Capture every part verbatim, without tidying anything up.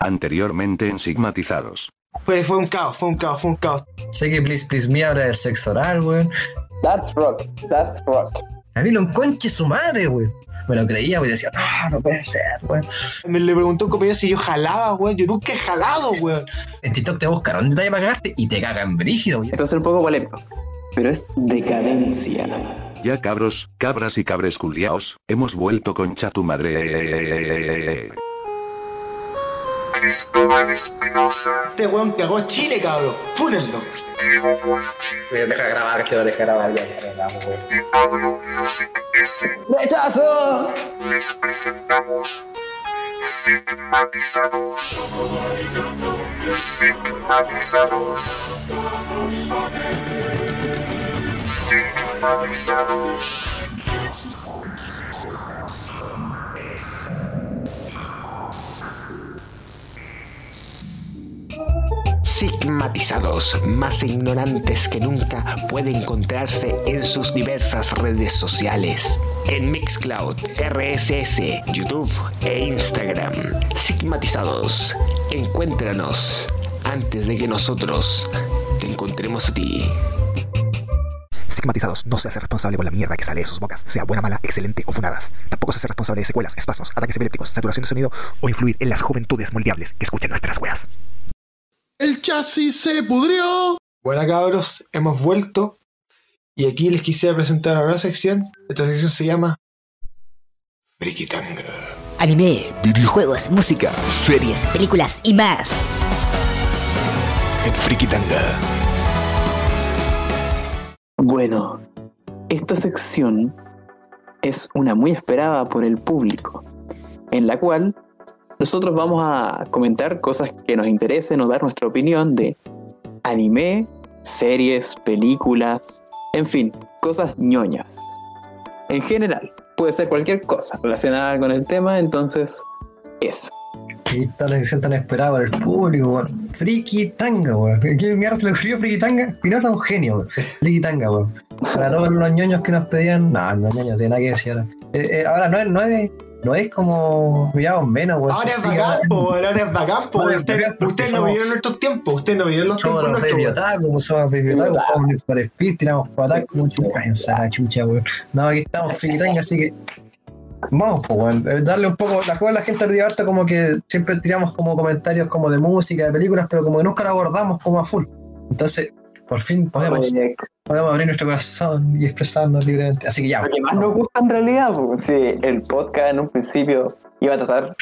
Anteriormente en Sigmatizados. Pues fue un caos, fue un caos, fue un caos. Sé que Please Please Me habla del sexo oral, weón. That's rock, that's rock. A mí lo enconche su madre, weón. Me lo creía, weón, y decía, no, no puede ser, weón. Me le preguntó un compañero si yo jalaba, weón. Yo nunca he jalado, weón. En TikTok te buscaron detalle para cagarte y te cagan brígido, weón. Esto va a ser un poco polémico, pero es decadencia. Ya cabros, cabras y cabres culiaos, hemos vuelto con tu madre. Cristóbal Espinosa. Este weón cagó Chile, cabrón. Fúnenlo. Diego Guachi. Deja grabar, que se va a dejar grabar, ya, ya, grabamos, güey. Y Pablo Music S. ¡Rechazo! Les presentamos Sigmatizados. Sigmatizados. Sigmatizados. Sigmatizados, más ignorantes que nunca, puede encontrarse en sus diversas redes sociales. En Mixcloud, R S S, YouTube e Instagram. Sigmatizados, encuéntranos antes de que nosotros te encontremos a ti. Sigmatizados no se hace responsable por la mierda que sale de sus bocas, sea buena, mala, excelente o funadas. Tampoco se hace responsable de secuelas, espasmos, ataques epilépticos, saturación de sonido o influir en las juventudes moldeables que escuchan nuestras weas. El chasis se pudrió. Bueno, cabros, hemos vuelto. Y aquí les quisiera presentar una nueva sección. Esta sección se llama Frikitanga. Anime, videojuegos, música, series, películas y más. En Frikitanga. Bueno, esta sección es una muy esperada por el público, en la cual nosotros vamos a comentar cosas que nos interesen o dar nuestra opinión de anime, series, películas, en fin, cosas ñoñas. En general, puede ser cualquier cosa relacionada con el tema, entonces, eso. Aquí está la sección tan esperada por el público, weón. Frikitanga, weón. ¿Qué mierda se le ocurrió Frikitanga? Espinosa es un genio, weón. Frikitanga, weón. Para todos los ñoños que nos pedían, no, los ñoños no tiene nada que decir ahora. Eh, eh, ahora no es, no es, no es como miramos menos, weón. Ahora es bacán, po, ahora es bacán, po. Ustedes usted no vivieron nuestros tiempos, ustedes no vivieron los somos tiempos los nuestros. Baby Otaku, como somos Baby Otaku, jugamos por Speed, tiramos patas como chucha, en la chucha, weón. No, aquí estamos Frikitanga, así que vamos, pues, weón. Darle un poco, la juega la gente olvida harto, como que siempre tiramos como comentarios como de música, de películas, pero como que nunca la abordamos como a full. Entonces, por fin podemos, podemos abrir nuestro corazón y expresarnos libremente. Así que ya. Lo que más nos gusta en realidad, pues, sí, el podcast en un principio iba a tratar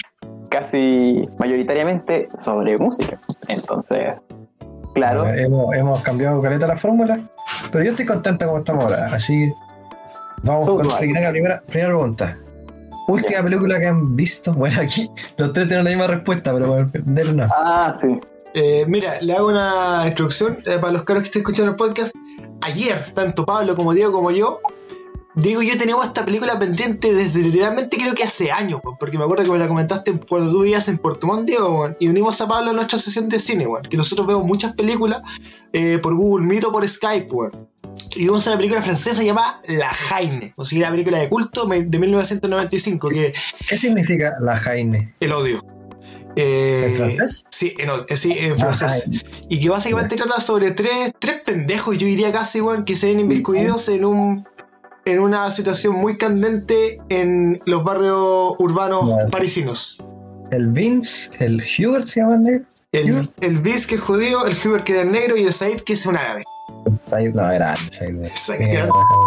casi mayoritariamente sobre música. Entonces, claro. Eh, hemos, hemos cambiado caleta la fórmula, pero yo estoy contenta como estamos ahora. Así, vamos so, con la primera, primera pregunta. Última yeah. película que han visto. Bueno, aquí los tres tienen la misma respuesta, pero bueno, denle una. Ah, sí. Eh, mira, le hago una introducción eh, para los caros que estén escuchando el podcast. Ayer, tanto Pablo como Diego como yo, Diego y yo teníamos esta película pendiente desde literalmente creo que hace años, pues, porque me acuerdo que me la comentaste cuando tú vivías en Puerto Montt, Diego, bueno, y unimos a Pablo a nuestra sesión de cine, bueno, que nosotros vemos muchas películas eh, por Google Meet o por Skype, bueno. Y vimos una película francesa llamada La Jaine, o sea, una película de culto de mil novecientos noventa y cinco. Que, ¿qué significa La Jaine? El odio. Eh, ¿En francés? Sí, en, sí, en francés. Ah, y que básicamente trata sobre tres, tres pendejos, yo diría casi, bueno, que se ven inmiscuidos en un en una situación muy candente en los barrios urbanos no, parisinos. El Vince, el Hubert se llama el negro. El, el Vince que es judío, el Hubert que es negro y el Said que es un árabe. Said no era Said. Said era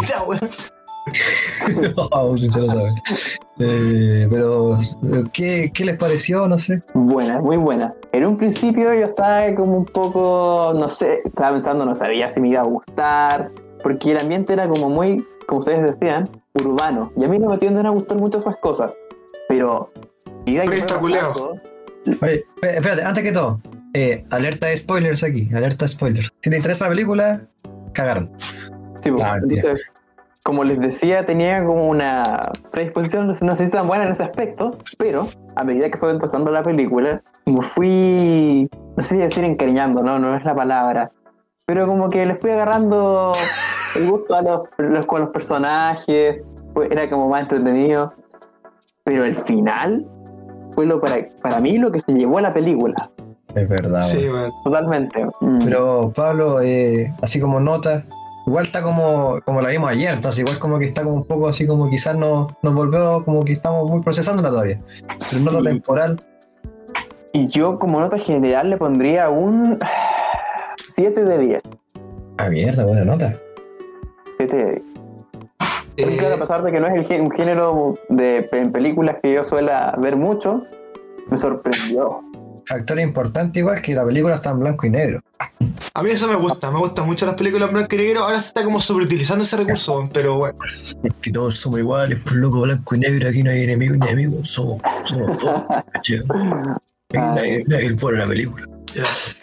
no, si se lo sabe. Eh, pero, ¿qué, ¿qué les pareció? No sé. Buena, muy buena. En un principio yo estaba como un poco, no sé, estaba pensando, no sabía si me iba a gustar, porque el ambiente era como muy, como ustedes decían, urbano. Y a mí no me tienden a gustar mucho esas cosas. Pero, y de está culeo. Oye, espérate, antes que todo, eh, alerta de spoilers aquí, alerta de spoilers. Si te interesa la película, cagaron. Sí, pues, ah, entonces, como les decía, tenía como una predisposición, no sé si tan buena en ese aspecto, pero a medida que fue pasando la película, como fui, no sé si decir encariñando, no, no es la palabra, pero como que le fui agarrando el gusto a los, los, con los personajes, era como más entretenido, pero el final, fue lo para, para mí lo que se llevó a la película. Es verdad. Sí, weón. weón. Totalmente. Mm. Pero Pablo, eh, así como nota, igual está como, como la vimos ayer, entonces igual como que está como un poco así como quizás no, nos volvió como que estamos muy procesándola todavía. Pero nota Sí. temporal, Y yo como nota general le pondría un siete de diez. ah, mierda, buena nota. siete de diez. Porque, Eh, claro, a pesar de que no es el gé- un género de en películas que yo suela ver mucho, me sorprendió. Factor importante igual que la película está en blanco y negro. A mí eso me gusta, me gustan mucho las películas en blanco y negro. Ahora se está como sobreutilizando ese recurso, weón, pero bueno. Que todos somos iguales, por loco, blanco y negro, aquí no hay enemigo ni amigo, somos, somos todos. ¿Cachai? Aquí nadie, nadie fuera la película. Ya.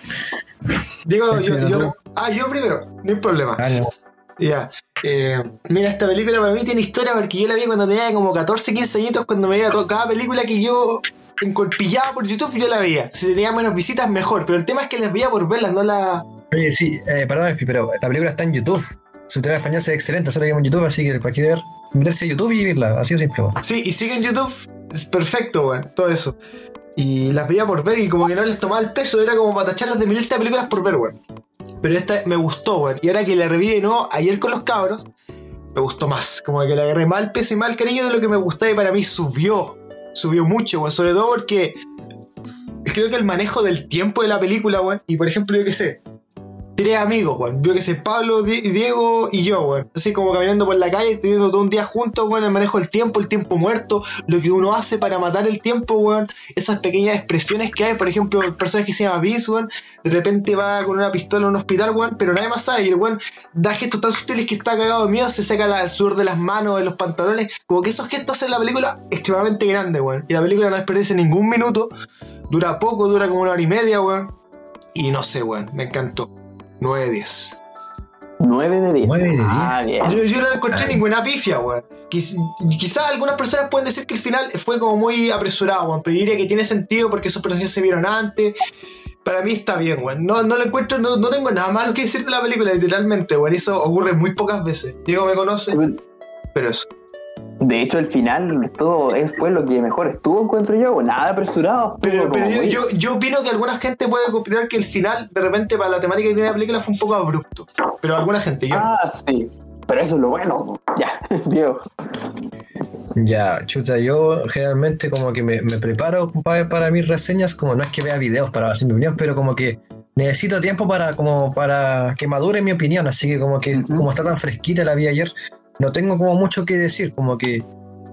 Digo, yo, yo, ah, yo primero, no hay problema. Ah, no. Ya. Eh, mira, esta película para mí tiene historia porque yo la vi cuando tenía como catorce, quince añitos, cuando me veía to- cada película que yo encolpillaba por YouTube, yo la veía. Si tenía menos visitas, mejor. Pero el tema es que las veía por verlas, no la. Oye, sí, eh, perdón, pero la película está en YouTube. Su tema español es excelente, solo vimos en YouTube, así que cualquier ver, meterse a YouTube y verla, así de simple. weón. Sí, y sigue en YouTube, es perfecto, weón, todo eso. Y las veía por ver y como que no les tomaba el peso, era como para tacharlas de mi lista de películas por ver, weón. Pero esta me gustó, weón. Y ahora que la reví de nuevo ayer con los cabros, me gustó más. Como que le agarré más el peso y más el cariño de lo que me gustaba y para mí subió. Subió mucho, weón. Sobre todo porque creo que el manejo del tiempo de la película, weón. Y por ejemplo, yo qué sé, tres amigos, weón. Yo que sé, Pablo, Di- Diego y yo, weón. Así como caminando por la calle, teniendo todo un día juntos, weón. El manejo del tiempo, el tiempo muerto, lo que uno hace para matar el tiempo, weón. Esas pequeñas expresiones que hay, por ejemplo, el personaje que se llama Vince, weón. De repente va con una pistola a un hospital, weón, pero nadie más sabe. Y el weón da gestos tan sutiles que está cagado de miedo, se saca la- el sudor de las manos, de los pantalones. Como que esos gestos hacen la película extremadamente grande, weón. Y la película no desperdicia ningún minuto. Dura poco, dura como una hora y media, weón. Y no sé, weón, me encantó. nueve de diez. nueve de diez. nueve de diez. Ah, bien. Yo, yo no encontré Ah. ninguna pifia, weón. Quiz- Quizás algunas personas pueden decir que el final fue como muy apresurado, weón. Pero yo diría que tiene sentido porque esos personajes se vieron antes. Para mí está bien, weón. No, no lo encuentro, no, no tengo nada malo que decir de la película, literalmente, weón. Eso ocurre muy pocas veces. Diego me conoce, pero eso. De hecho, el final todo es- fue lo que mejor estuvo, encuentro yo. Nada apresurado. Estuvo Pero, como pero yo, muy- yo, yo opino que alguna gente puede considerar que el final, de repente, para la temática que tiene la película, fue un poco abrupto. Pero alguna gente, yo no. Ah, sí. Pero eso es lo bueno. Ya, Diego. Ya, chuta, yo generalmente como que me, me preparo para, para mis reseñas, como no es que vea videos para hacer mi opinión, pero como que necesito tiempo para como para que madure mi opinión, así que como que Ujú. como está tan fresquita la vi ayer, no tengo como mucho que decir, como que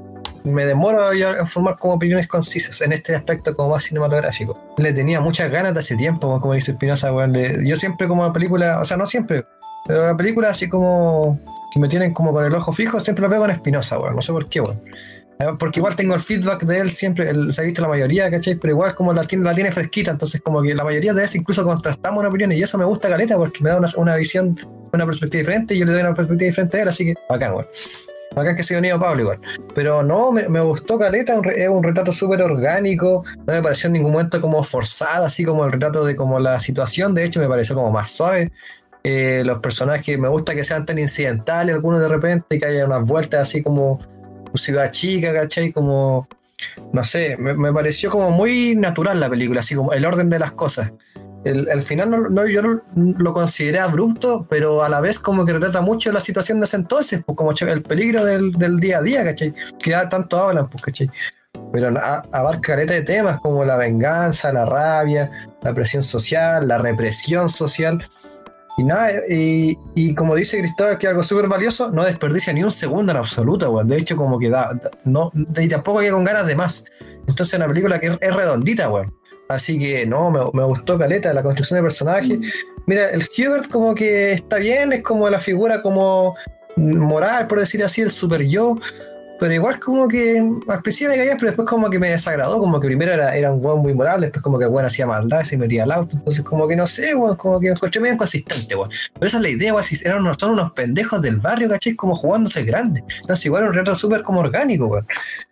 me demoro ya en formar como opiniones concisas en este aspecto como más cinematográfico. Le tenía muchas ganas de hace tiempo, como dice Espinosa, weón, le- yo siempre como película, o sea, no siempre, pero la película así como que me tienen como con el ojo fijo, siempre lo veo con Espinosa, weón, no sé por qué, weón. Eh, Porque igual tengo el feedback de él siempre, él se ha visto la mayoría, ¿cachai? Pero igual como la tiene, la tiene fresquita, entonces como que la mayoría de veces incluso contrastamos una opinión y eso me gusta caleta porque me da una, una visión, una perspectiva diferente y yo le doy una perspectiva diferente a él, así que bacán, weón. Bacán que se unido a Pablo igual. Pero no, me, me gustó caleta, un re- es un retrato súper orgánico, no me pareció en ningún momento como forzada, así como el retrato de como la situación, de hecho me pareció como más suave. Eh, los personajes me gusta que sean tan incidentales algunos de repente, que haya unas vueltas así como ciudad chica, ¿cachai? Como, no sé, me, me pareció como muy natural la película, así como el orden de las cosas. El, el final no, no- yo no lo consideré abrupto, pero a la vez como que retrata mucho la situación de ese entonces, pues como el peligro del, del día a día, ¿cachai? Que ya tanto hablan, pues, ¿cachai? Pero a- abarca caleta de temas como la venganza, la rabia, la presión social, la represión social. Y nada, y, y como dice Cristóbal, que es algo súper valioso, no desperdicia ni un segundo en absoluto, weón. De hecho, como que da, da- no, y tampoco queda con ganas de más. Entonces, una película que es, es redondita, weón. Así que no, me, me gustó caleta la construcción de personajes. Mira, el Hubert como que está bien, es como la figura como moral, por decir así, el super yo. Pero igual como que al principio me caía, pero después como que me desagradó, como que primero era, era un weón muy moral, después como que el weón hacía maldad, se metía al auto, entonces como que no sé, weón, como que me encontré medio inconsistente, weón. Pero esa es la idea, weón, si eran unos, son unos pendejos del barrio, ¿cachai? Como jugándose grande. Entonces igual un retrato súper como orgánico, weón.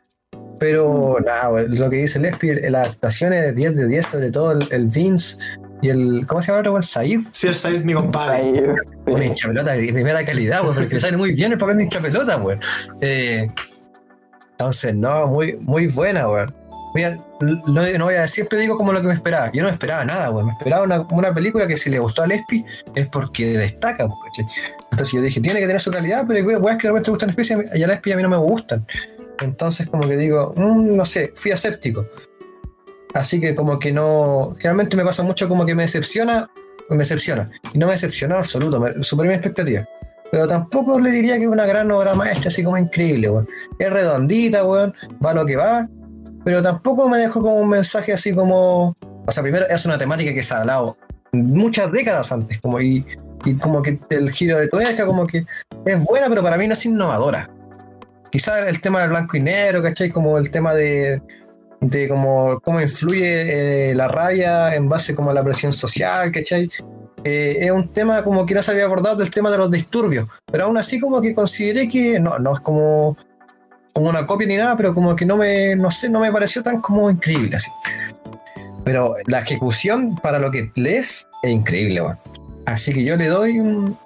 Pero nada, weón, lo que dice Lespi, las actuaciones diez de diez, sobre todo el, el Vince y el, ¿cómo se llama el otro, weón? Said. Sí, el Said, mi compadre. Ahí, Una sí. hincha pelota de primera calidad, weón, porque le sale muy bien el papel de hincha pelota, weón. Eh, entonces, no, muy, muy buena, weón. Mira, no, no voy a, siempre digo como lo que me esperaba. Yo no esperaba nada, weón. Me esperaba una, una película que si le gustó a Lespi es porque destaca, ¿cachai? Entonces yo dije, tiene que tener su calidad, pero weón, es que de repente gustan Lespi y a Lespi a mí no me gustan. Entonces como que digo, mmm, no sé, fui escéptico. Así que como que no... Generalmente me pasa mucho como que me decepciona, me decepciona. Y no me decepciona en absoluto, me superé mi expectativa. Pero tampoco le diría que es una gran obra maestra, así como increíble, weón. Es redondita, weón, va lo que va, pero tampoco me dejó como un mensaje así como... O sea, primero es una temática que se ha hablado muchas décadas antes, como y, y como que el giro de tuerca, como que es buena, pero para mí no es innovadora. Quizás el tema del blanco y negro, ¿cachai? Como el tema de... de cómo, cómo influye eh, la rabia en base como a la presión social, ¿cachai? Eh, es un tema como que no se había abordado del tema de los disturbios, pero aún así como que consideré que no, no es como, como una copia ni nada, pero como que no me, no sé, no me pareció tan como increíble así. Pero la ejecución para lo que lees es increíble, bueno. Así que yo le doy un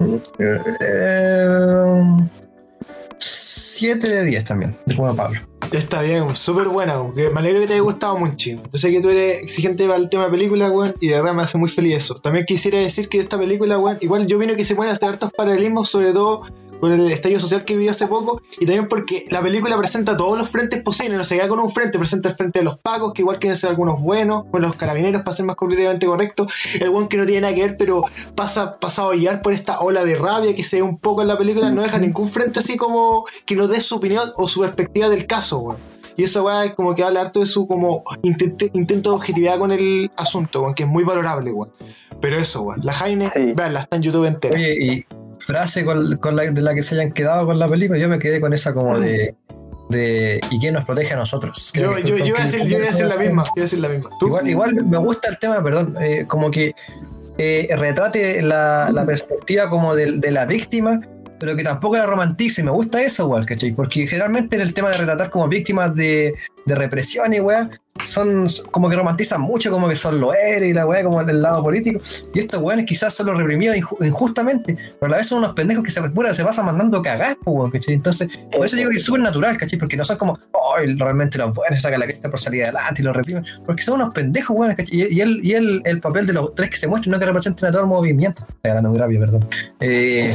siete de diez también, de Juan Pablo. Está bien, súper buena, porque me alegro que te haya gustado mucho. Yo sé que tú eres exigente para el tema de película, weón, y de verdad me hace muy feliz eso. También quisiera decir que esta película, weón, igual yo vino que se pueden hacer hartos paralelismos, sobre todo con el estallido social que vivió hace poco, y también porque la película presenta todos los frentes posibles, no se queda con un frente, presenta el frente de los pacos, que igual quieren ser algunos buenos, bueno, los carabineros para ser más completamente correctos, el weón que no tiene nada que ver, pero pasa pasado a guiar por esta ola de rabia que se ve un poco en la película, no deja ningún frente así como que nos dé su opinión o su perspectiva del caso, weón. Y eso, weón, es como que habla harto de su como intento, intento de objetividad con el asunto, weón, que es muy valorable, weón. Pero eso, weón, la Jaime, sí. Veanla, está en YouTube entera. Oye, y frase con, con la, de la que se hayan quedado con la película, yo me quedé con esa como de, de ¿y quién nos protege a nosotros? Yo, yo, yo, voy a decir, yo voy a decir la misma, yo voy a decir la misma. ¿Tú? Igual, igual me gusta el tema, perdón, eh, como que eh, retrate la, la perspectiva como de, de la víctima, pero que tampoco la romantice. Me gusta eso, igual, ¿cachai? Porque generalmente en el tema de retratar como víctimas de, de represión y weá, son como que romantizan mucho, como que son los héroes y la weá, como el lado político. Y estos weones quizás son los reprimidos inju- injustamente, pero a la vez son unos pendejos que se, pura, se pasan mandando cagás, weón, ¿cachai? Entonces, por eso digo que es súper natural, ¿cachai? Porque no son como, oh, realmente los buenos se sacan la cresta por salir adelante y los reprimen, porque son unos pendejos, weón, ¿cachai? Y, y, el, y el, el papel de los tres que se muestran no que representen a todo el movimiento. Estoy hablando muy rápido, perdón. Eh.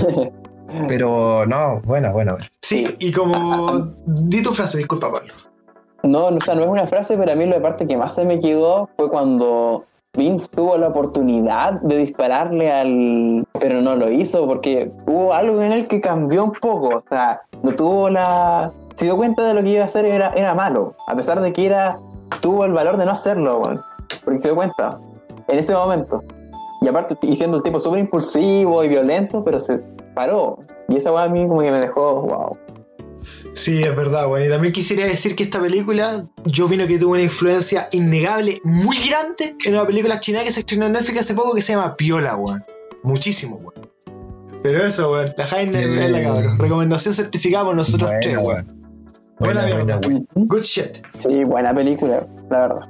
Pero no, bueno, bueno. Sí, y como... Di tu frase, disculpa, Pablo. No, o sea, no es una frase, pero a mí la parte que más se me quedó fue cuando Vince tuvo la oportunidad de dispararle al... Pero no lo hizo porque hubo algo en él que cambió un poco. O sea, no tuvo la... Se dio cuenta de lo que iba a hacer, era, era malo. A pesar de que era... Tuvo el valor de no hacerlo, bueno, porque se dio cuenta. En ese momento. Y aparte, y siendo el tipo súper impulsivo y violento, pero se... paró. Y esa weá a mí como que me dejó, wow. Sí, es verdad, weón. Y también quisiera decir que esta película, yo opino que tuvo una influencia innegable, muy grande, en una película china que se estrenó en Netflix hace poco que se llama Piola, weón. Muchísimo, weón. Pero eso, weón. La Jaime sí. Es la cabrón. Recomendación certificada por nosotros bueno, tres, weón. Buena, buena mierda, weón. Good shit. Sí, buena película, la verdad.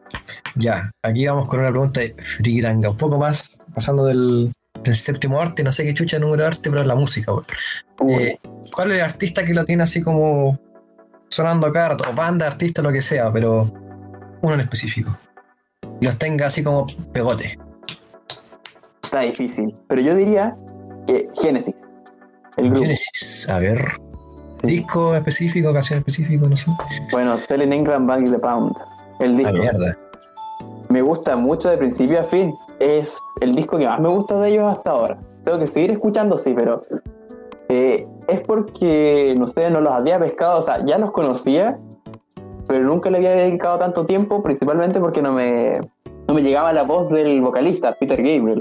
Ya, aquí vamos con una pregunta de Frigiranga, un poco más, pasando del... del séptimo arte, no sé qué chucha número de arte, pero es la música, uh. eh, ¿cuál es el artista que lo tiene así como sonando acá, o banda, artista, lo que sea, pero uno en específico y los tenga así como pegote? Está difícil, pero yo diría que Genesis, el grupo. Genesis, a ver, sí. Disco específico, canción específico, no sé. Bueno, Selling England Back in the Pound, el disco. La mierda. Me gusta mucho de principio a fin. Es el disco que más me gusta de ellos hasta ahora. Tengo que seguir escuchando, sí, pero eh, es porque, no sé, no los había pescado. O sea, ya los conocía, pero nunca le había dedicado tanto tiempo, principalmente porque no me, no me llegaba la voz del vocalista, Peter Gabriel.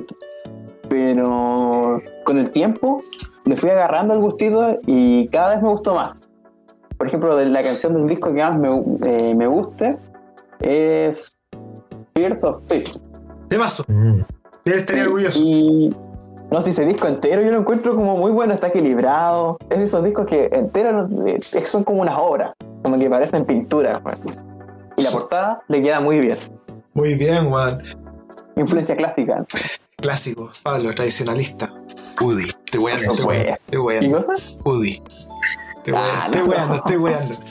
Pero con el tiempo le fui agarrando el gustito y cada vez me gustó más. Por ejemplo, de la canción del disco que más me, eh, me gusta es Fears of Fifth. Temazo. Mm. Debe estar sí, orgulloso. Y no sé, ese disco entero yo lo encuentro como muy bueno, está equilibrado. Es de esos discos que enteros son como unas obras, como que parecen pinturas. Y la portada le queda muy bien. Muy bien, man. Influencia clásica. Clásico, Pablo, tradicionalista. Woody. Te voy a hacer. ¿Qué cosa? Woody. Estoy weando, estoy weando.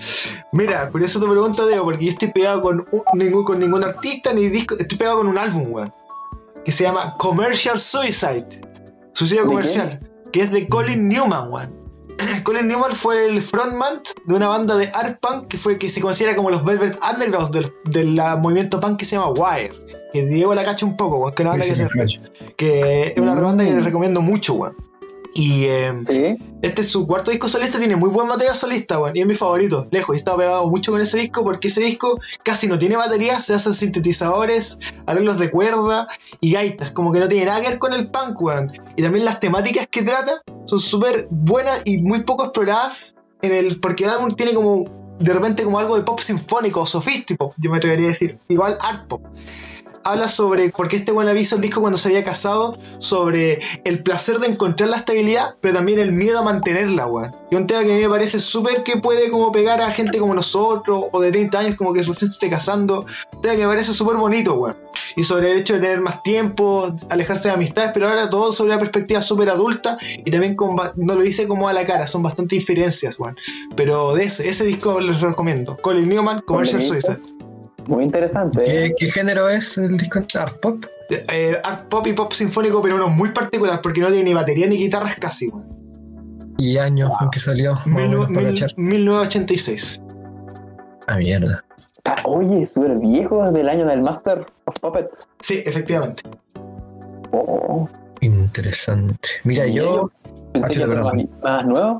Mira, por eso te pregunto, Diego, porque yo estoy pegado con un- ningún, con ningún artista ni disco, estoy pegado con un álbum, weón, que se llama Commercial Suicide, suicidio ¿De comercial, que es de Colin Newman, weón. Colin Newman fue el frontman de una banda de art punk que fue que se considera como los Velvet Underground del, del la movimiento punk que se llama Wire. Que Diego la cacha un poco, weón, que no habla Sí, que sí, se me cacho. que es una Mm. banda que les recomiendo mucho, weón. Y eh, Sí. este es su cuarto disco solista, tiene muy buen material solista, weón, y es mi favorito, lejos. Y he estado pegado mucho con ese disco porque ese disco casi no tiene batería, se hacen sintetizadores, arreglos de cuerda y gaitas, como que no tiene nada que ver con el punk, weón. Y también las temáticas que trata son súper buenas y muy poco exploradas en el, porque el álbum tiene como de repente como algo de pop sinfónico o sofístico, yo me atrevería a decir, igual art pop. Habla sobre, porque este buen aviso el disco cuando se había casado, sobre el placer de encontrar la estabilidad, pero también el miedo a mantenerla, weón. Y un tema que a mí me parece súper que puede como pegar a gente como nosotros, o de treinta años como que recién se esté casando. Un tema que me parece súper bonito, weón. Y sobre el hecho de tener más tiempo, alejarse de amistades, pero ahora todo sobre una perspectiva súper adulta, y también con, ba- no lo dice como a la cara, son bastante inferencias, weón. Pero de ese, ese disco les recomiendo. Colin Newman, Commercial Bonito. Suicide. Muy interesante. ¿Qué, ¿Qué género es el disco? ¿Art pop? Eh, art pop y pop sinfónico, pero uno muy particular porque no tiene ni batería ni guitarras casi, weón. ¿Y año en que salió? Más o Mil- menos para mil- cachar. mil novecientos ochenta y seis. Ah, mierda. Ah, oye, súper viejo, del año del Master of Puppets. Sí, efectivamente. Oh, Interesante. Mira, yo. pensé Ah, que iba a ser perdón. más, más nuevo.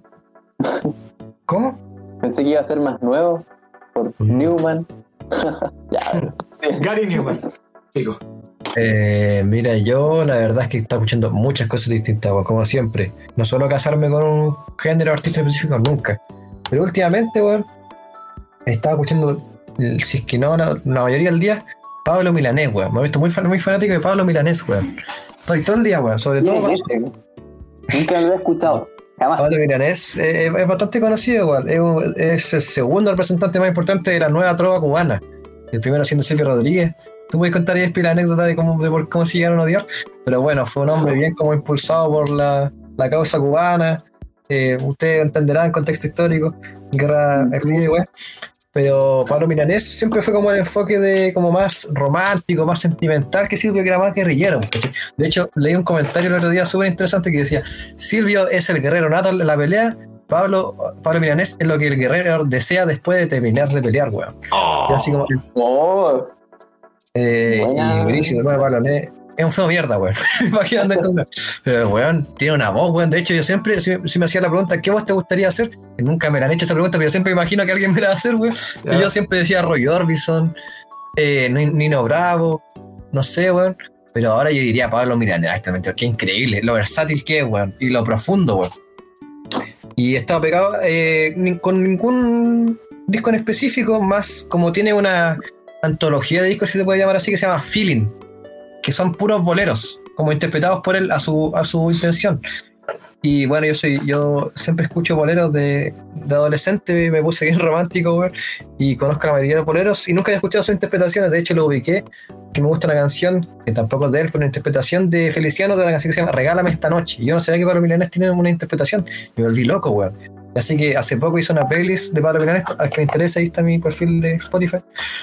¿Cómo? Pensé que iba a ser más nuevo. Por Mm. Newman. Ya, sí. Gary Newman. Digo. Eh, mira, yo la verdad es que estaba escuchando muchas cosas distintas, weón, como siempre. No suelo casarme con un género o artista específico nunca. Pero últimamente, weón, estaba escuchando, el- si es que no, la, la mayoría del día, Pablo Milanés, weón. Me he visto muy, fan- muy fanático de Pablo Milanés, weón. Estoy todo el día, weón. Sobre todo ¿Quién es Pablo ese? Nunca lo he escuchado. Jamás. Pablo Milanés eh, es bastante conocido, igual. Es, un- es el segundo representante más importante de la nueva trova cubana. El primero siendo Silvio Rodríguez. Tú puedes contar ahí la anécdota de cómo, de por cómo se llegaron a odiar. Pero bueno, fue un hombre bien como impulsado por la, la causa cubana. Eh, ustedes entenderán contexto histórico, guerra fría, güey. Pero Pablo Milanés siempre fue como el enfoque de como más romántico, más sentimental que Silvio, que era más guerrillero. ¿Cachai? De hecho, leí un comentario el otro día súper interesante que decía: Silvio es el guerrero nato en la pelea, Pablo, Pablo Milanés es lo que el guerrero desea después de terminar de pelear, weón. Y así como, Oh, eh, Buena. y brígido, bueno, Pablo Milanés es un feo mierda, weón. Imagínate con- Pero, weón, tiene una voz, weón. De hecho, yo siempre, si, si me hacía la pregunta, ¿qué voz te gustaría hacer? Que nunca me la han hecho esa pregunta, pero yo siempre imagino que alguien me la va a hacer, weón. Ya. Y yo siempre decía Roy Orbison, eh, Nino Bravo, no sé, weón. Pero ahora yo diría Pablo Milanés, exactamente, qué increíble, lo versátil que es, weón, y lo profundo, weón. Y estaba pegado eh, ni- con ningún disco en específico, más como tiene una antología de discos, si se puede llamar así, que se llama Feeling, que son puros boleros, como interpretados por él a su, a su intención. Y bueno, yo soy, yo siempre escucho boleros de, de adolescente, me puse bien romántico, weón, y conozco la mayoría de boleros y nunca había escuchado sus interpretaciones. De hecho, lo ubiqué, que me gusta una canción, que tampoco es de él, pero una interpretación de Feliciano de una canción que se llama Regálame esta noche. Y yo no sabía que Pablo Milanés tiene una interpretación, me volví loco, weón. Así que hace poco hice una playlist de Pablo Milanés, al que le interesa, ahí está mi perfil de Spotify.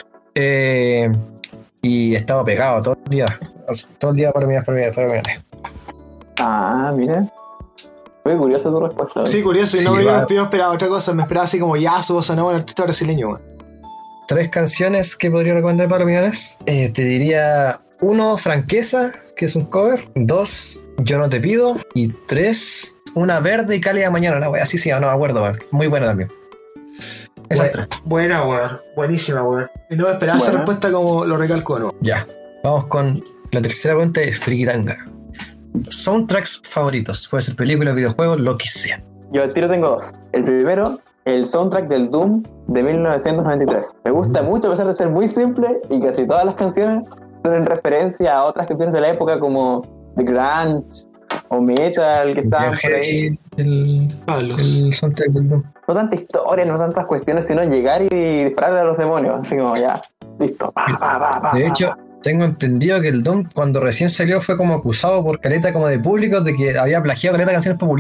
Eh, y estaba pegado todo el día, todo el día Pablo Milanés, Pablo Milanés, Pablo Milanés. ah, mira. Fue curiosa tu respuesta. Sí, curioso, y Sí, no me va. iba a esperar otra cosa, me esperaba así como Yazo, Bossa Nova, un artista brasileño, weón. Tres canciones que podría recomendar para Milanés. Eh, te diría uno, Franqueza, que es un cover. Dos, Yo no te pido. Y tres, Una verde y cálida mañana. La wea, así sí, no me acuerdo, weón. Muy buena también. Esas tres. Buena, weón. Buenísima, weón. Y no me esperaba esa Buena. respuesta como lo recalco, ¿no? Ya. Vamos con la tercera pregunta de Frikitanga. Soundtracks favoritos. Puede ser películas, videojuegos, lo que sea. Yo al tiro tengo dos. El primero, el soundtrack del Doom de mil novecientos noventa y tres. Me gusta mucho a pesar de ser muy simple y casi todas las canciones son en referencia a otras canciones de la época como The Grunge o Metal que estaban por ahí. El, Pablo. el soundtrack del Doom. No tanta historia, no tantas cuestiones, sino llegar y dispararle a los demonios. Así como ya, listo. Pa, pa, pa, pa, De pa, hecho, pa. tengo entendido que el Doom, cuando recién salió, fue como acusado por caleta como de públicos de que había plagiado caleta de canciones populares.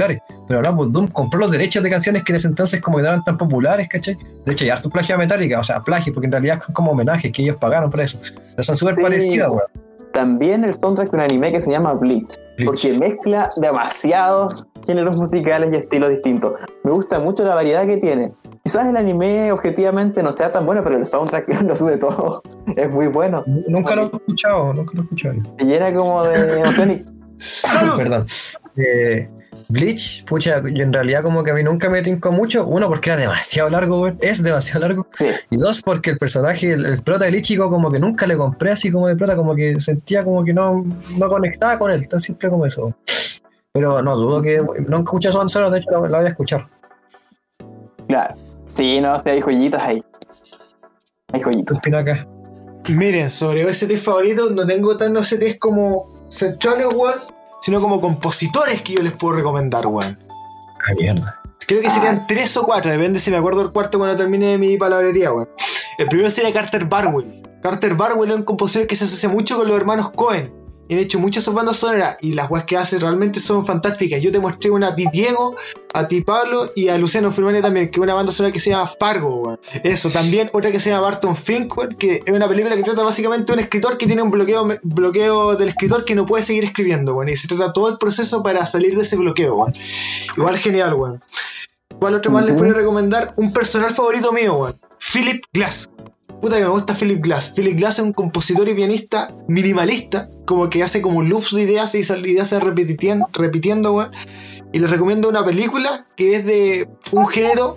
Pero no, pues Doom compró los derechos de canciones que en ese entonces como que no eran tan populares, ¿cachai? De hecho, hay harto plagio a Metallica, o sea, plagio, porque en realidad son como homenajes que ellos pagaron por eso. Pero son súper Sí. parecidas, weón. También el soundtrack de un anime que se llama Bleach, Bleach. porque mezcla demasiados géneros musicales y estilos distintos. Me gusta mucho la variedad que tiene. Quizás el anime objetivamente no sea tan bueno, pero el soundtrack lo sube todo. Es muy bueno. Nunca lo he escuchado, nunca lo he escuchado. Se llena como de emoción y ¡Salud! Perdón. Eh, Bleach, pucha, yo en realidad como que a mí nunca me tincó mucho. Uno, porque era demasiado largo, weón. Es demasiado largo. sí. Y dos, porque el personaje, el, el prota del Ichigo, como que nunca le compré así como de prota, como que sentía como que no, no conectaba con él, tan simple como eso. Pero no, dudo que no escuché su banda sonora, de hecho la, la voy a escuchar. Claro. Sí, no, o sea, hay joyitas ahí. Hay ¿Qué joyitas. opina acá? Miren, sobre O S T favoritos no tengo tan O S Ts como centrales, weón, sino como compositores que yo les puedo recomendar, weón. Ah, mierda. Creo que serían tres o cuatro, depende si me acuerdo el cuarto cuando termine mi palabrería, weón. El primero sería Carter Barwell. Carter Barwell es un compositor que se asocia mucho con los hermanos Cohen. Y han hecho muchas sus bandas sonoras y las weas que hace realmente son fantásticas. Yo te mostré una a ti Diego, a ti Pablo y a Luciano Firmani también, que es una banda sonora que se llama Fargo, weón. Eso, también otra que se llama Barton Fink, weón, que es una película que trata básicamente de un escritor que tiene un bloqueo, bloqueo del escritor que no puede seguir escribiendo, weón. Y se trata todo el proceso para salir de ese bloqueo, weón. Igual genial, weón. ¿Cuál otro más les podría recomendar? Un personal favorito mío, weón. Philip Glass. Puta que me gusta Philip Glass. Philip Glass es un compositor y pianista minimalista, como que hace como loops de ideas y esas ideas se repitiendo, repitiendo, weón. Y les recomiendo una película que es de un género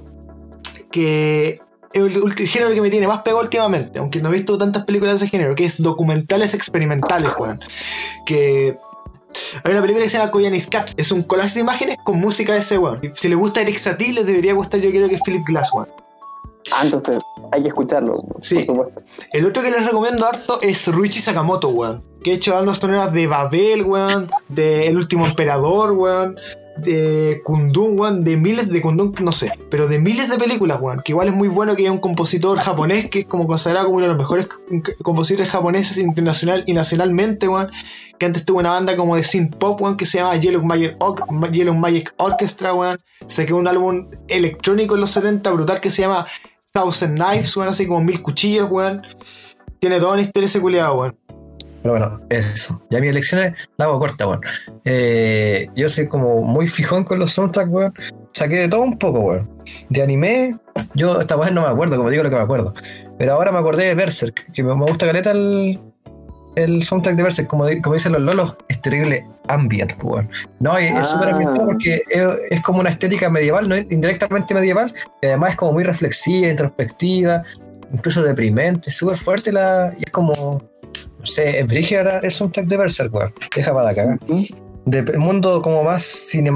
que es el, el género que me tiene más pegado últimamente, aunque no he visto tantas películas de ese género, que es documentales experimentales, weón. Que hay una película que se llama Koyanis Cats, es un collage de imágenes con música de ese weón. Si les gusta Eric Satie, les debería gustar, yo creo que es Philip Glass, weón. Ah, entonces hay que escucharlo, Sí. por supuesto. El otro que les recomiendo harto es Ruichi Sakamoto, weón. Que ha hecho bandas sonoras de Babel, weón. De El Último Emperador, weón. De Kundun, weón. De miles de Kundun, no sé. Pero de miles de películas, weón. Que igual es muy bueno que es un compositor japonés que es como considerado como uno de los mejores compositores japoneses internacional y nacionalmente, weón. Que antes tuvo una banda como de synth pop, weón. Que se llama Yellow Magic, Or- Yellow Magic Orchestra, weón. Sacó un álbum electrónico en los setenta brutal que se llama Thousand Knives, weón, así como mil cuchillos, weón. Tiene toda una historia ese culiado, weón. Pero bueno, eso. Ya mis elecciones la hago corta, weón. Eh, yo soy como muy fijón con los soundtracks, weón. Saqué de todo un poco, weón. De anime, yo esta vez no me acuerdo, como digo lo que me acuerdo. Pero ahora me acordé de Berserk, que me, me gusta caleta el, el soundtrack de Berserk, como, di- como dicen los lolos, es terrible ambient, weón. No, es es súper Ah. ambientado porque es, es como una estética medieval, no es indirectamente medieval, y además es como muy reflexiva, introspectiva, incluso deprimente, es súper fuerte la, y es como, no sé, es brígida el soundtrack de Berserk, weón. Deja para la caga. De mundo como más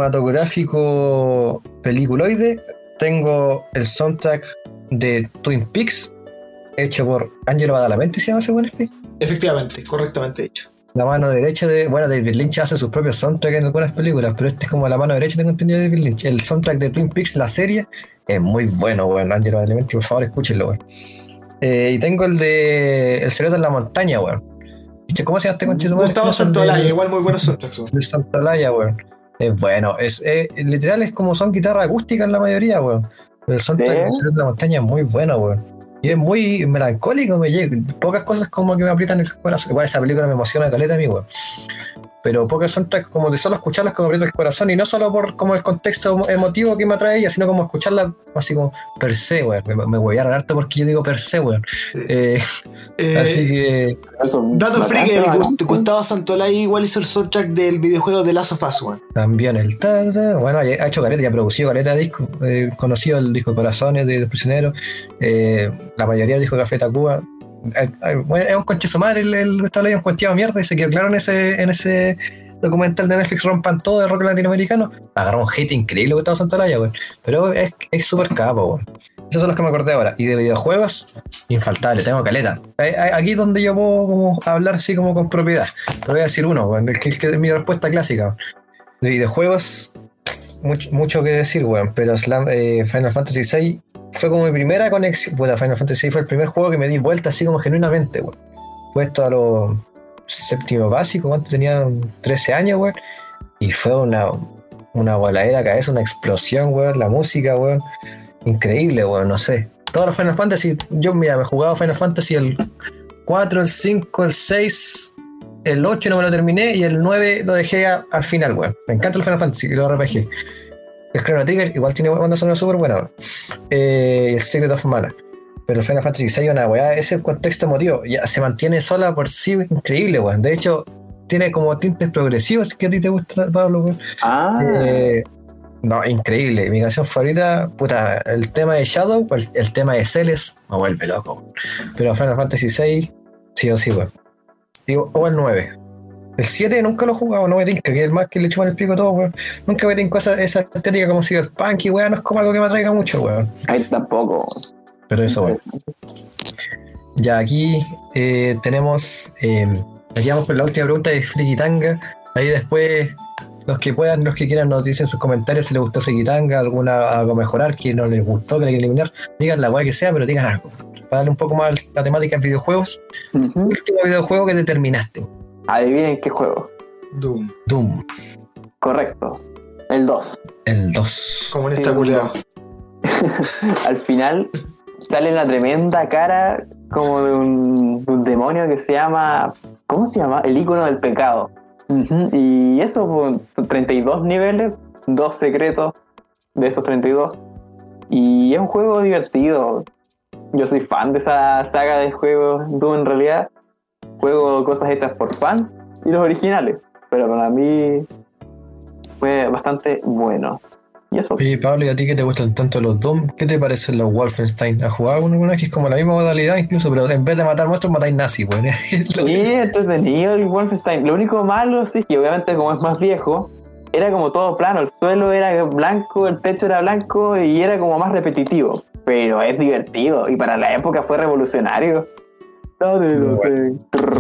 cinematográfico peliculoide, tengo el soundtrack de Twin Peaks, hecho por Angelo Badalamenti, ¿se llama ese buen espíritu? Efectivamente, correctamente dicho. La mano derecha de... Bueno, David Lynch hace sus propios soundtracks en algunas películas, pero este es como la mano derecha, tengo entendido, de David Lynch. El soundtrack de Twin Peaks, la serie, es muy bueno, weón. Angelo Badalamenti, por favor, escúchenlo, weón. Eh, y tengo el de El secreto en la montaña, weón. ¿Viste cómo se llama este conchito? Gustavo Santolaya, igual muy buenos soundtracks, weón. De Santolaya, weón. Es bueno, es, es literal es como son guitarras acústicas en la mayoría, weón. El soundtrack ¿Sí? de El secreto de la montaña es muy bueno, weón. Y es muy melancólico, me llega. Pocas cosas como que me aprietan el corazón. Igual esa película me emociona caleta a mí, weón. Pero pocas soundtracks como de solo escucharlas como me aprieta el corazón. Y no solo por como el contexto emotivo que me atrae ella, sino como escucharla así como per se, weón. Me, me voy a harto porque yo digo per se, weón. Sí. Eh, Eh, así que... Eso, Dato bastante friki, el bacán. Gust- Gustavo Santolaya igual hizo el soundtrack del videojuego de Last of Us, weón. También el ta, ta, bueno, ha hecho caleta, ya ha producido caleta de disco, eh, conocido el disco Corazones de, de Prisionero, eh, la mayoría del disco Café Tacuba. Eh, eh, bueno, es un conche su madre el, el Gustavo Laya, un cuenteado mierda, y se quedó claro en ese, en ese documental de Netflix Rompan Todo de rock latinoamericano. Agarró un hate increíble Gustavo Santolaya, weón. Pero es es súper capo, weón. Esos son los que me acordé ahora. Y de videojuegos, infaltable, tengo caleta. Eh, eh, Aquí es donde yo puedo como hablar así como con propiedad. Pero voy a decir uno, weón, el que, el que es mi respuesta clásica, weón. De videojuegos, mucho, mucho que decir, weón. Pero Slam- eh, Final Fantasy seis fue como mi primera conexión. Bueno, Final Fantasy seis fue el primer juego que me di vuelta así como genuinamente, weón. Fue esto a los séptimo básico, cuando tenía trece años, weón. Y fue una, una voladera cabeza, una explosión, weón, la música, weón, increíble, weón, no sé. Todos los Final Fantasy, yo mira, me he jugado Final Fantasy el cuatro, el cinco, el seis, el ocho no me lo terminé y el nueve lo dejé a, al final, weón. Me encanta el Final Fantasy, lo R P G. El Chrono Trigger igual tiene banda sonora súper buena, weón. Eh, el Secret of Mana. Pero el Final Fantasy seis, una weá, ese contexto emotivo ya se mantiene sola por sí, increíble, weón. De hecho, tiene como tintes progresivos que a ti te gusta, Pablo, weón. Ah. Eh, no, increíble. Mi canción favorita, puta, el tema de Shadow, el, el tema de Celes, me vuelve loco, weón. Pero Final Fantasy seis, sí o sí, weón. Digo, o el nueve. El siete nunca lo he jugado, no me tinca, que es el más que le chupan el pico todo, weón. Nunca me tinca esa, esa estética como cyberpunk y weón, no es como algo que me atraiga mucho, weón. Ahí tampoco. Pero eso, weón. Ya aquí eh, tenemos. Eh, aquí vamos con la última pregunta de Frikitanga. Ahí después, los que puedan, los que quieran, nos dicen en sus comentarios si les gustó Frikitanga, alguna algo mejorar, que no les gustó, que le quieren eliminar. Digan la weá que sea, pero digan algo. Para darle un poco más la temática en videojuegos. Uh-huh. Último videojuego que te terminaste. Adivinen qué juego. Doom. Doom. Correcto. El dos. El dos. Comunista culiado. Al final sale una tremenda cara como de un, de un demonio que se llama... ¿Cómo se llama? El ícono del pecado. Uh-huh. Y eso, pues, treinta y dos niveles, dos secretos de esos treinta y dos. Y es un juego divertido. Yo soy fan de esa saga de juegos Doom en realidad. Juego cosas hechas por fans y los originales. Pero para mí fue bastante bueno. Y eso. Oye, Pablo, ¿y a ti que te gustan tanto los Doom? ¿Qué te parecen los Wolfenstein? ¿Has jugado alguna que es como la misma modalidad incluso, pero en vez de matar monstruos matáis nazis, güey? Sí, entretenido el Wolfenstein. Lo único malo, sí, que obviamente como es más viejo, era como todo plano. El suelo era blanco, el techo era blanco y era como más repetitivo. Pero es divertido y para la época fue revolucionario. No, no, no sé.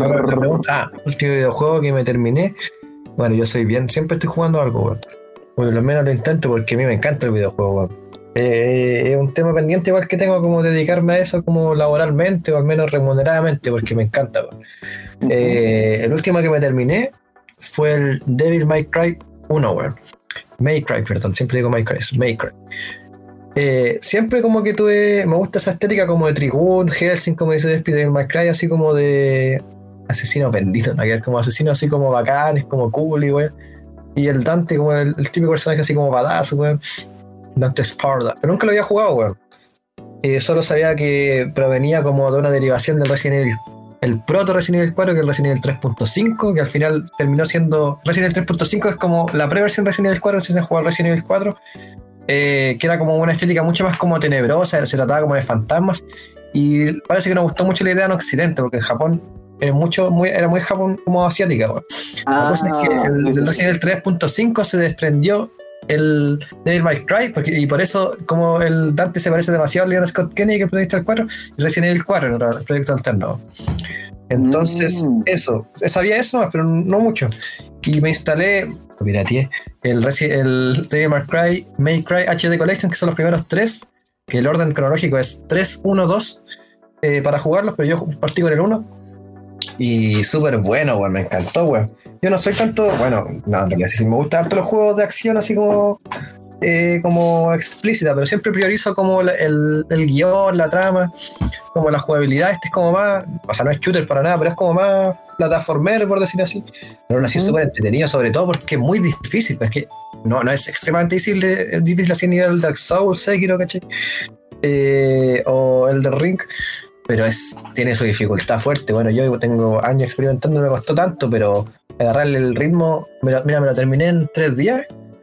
Ah, último videojuego que me terminé. Bueno, yo soy bien, siempre estoy jugando algo, güey. Por lo menos lo intento porque a mí me encanta el videojuego, güey. Eh, es un tema pendiente igual que tengo como dedicarme a eso como laboralmente o al menos remuneradamente porque me encanta, güey. Uh-huh. Eh, el último que me terminé fue el Devil May Cry uno, güey. May Cry, perdón, siempre digo May Cry, es May Cry. Eh, siempre como que tuve, me gusta esa estética como de Trigun, Hellsing, como dice Despide Devil May Cry, así como de asesino bendito, ¿no? Como asesino así como bacanes, como cool y güey. Y el Dante como el, el típico personaje así como badass, güey. Dante Sparda. Pero nunca lo había jugado, güey. Eh, solo sabía que provenía como de una derivación del Resident Evil, el proto Resident Evil cuatro, que es el Resident Evil tres punto cinco, que al final terminó siendo... Resident Evil tres punto cinco es como la pre-versión de Resident Evil cuatro, si se juega Resident Evil cuatro, eh, que era como una estética mucho más como tenebrosa, se trataba como de fantasmas. Y parece que nos gustó mucho la idea en Occidente, porque en Japón era mucho, muy, era muy Japón como asiática, güey. Ah, la cosa es que el, sí, sí, el Resident Evil tres punto cinco se desprendió el Devil May Cry, porque, y por eso como el Dante se parece demasiado a Leon Scott Kennedy, que el proyecto del cuatro, y Resident Evil cuatro era el proyecto alterno. Entonces, mm. eso, sabía eso, pero no mucho. Y me instalé, pirateé, el, el Devil May Cry, May Cry H D Collection, que son los primeros tres, que el orden cronológico es tres, uno, dos, eh, para jugarlos, pero yo partí con el uno. Y súper bueno, güey, me encantó, güey. Yo no soy tanto, bueno, no, en realidad sí me gustan harto los juegos de acción así como eh, como explícita, pero siempre priorizo como el, el, el guión, la trama, como la jugabilidad. Este es como más, o sea, no es shooter para nada, pero es como más plataformero, por decir así. Pero aún así es súper entretenido, sobre todo porque es muy difícil, es que no, no es extremadamente difícil, es difícil así a nivel Dark Souls, Sekiro, ¿cachai? Eh, o el de Ring. Pero es, tiene su dificultad fuerte. Bueno, yo tengo años experimentando, no me costó tanto, pero agarrarle el ritmo, me lo, mira, me lo terminé en tres días.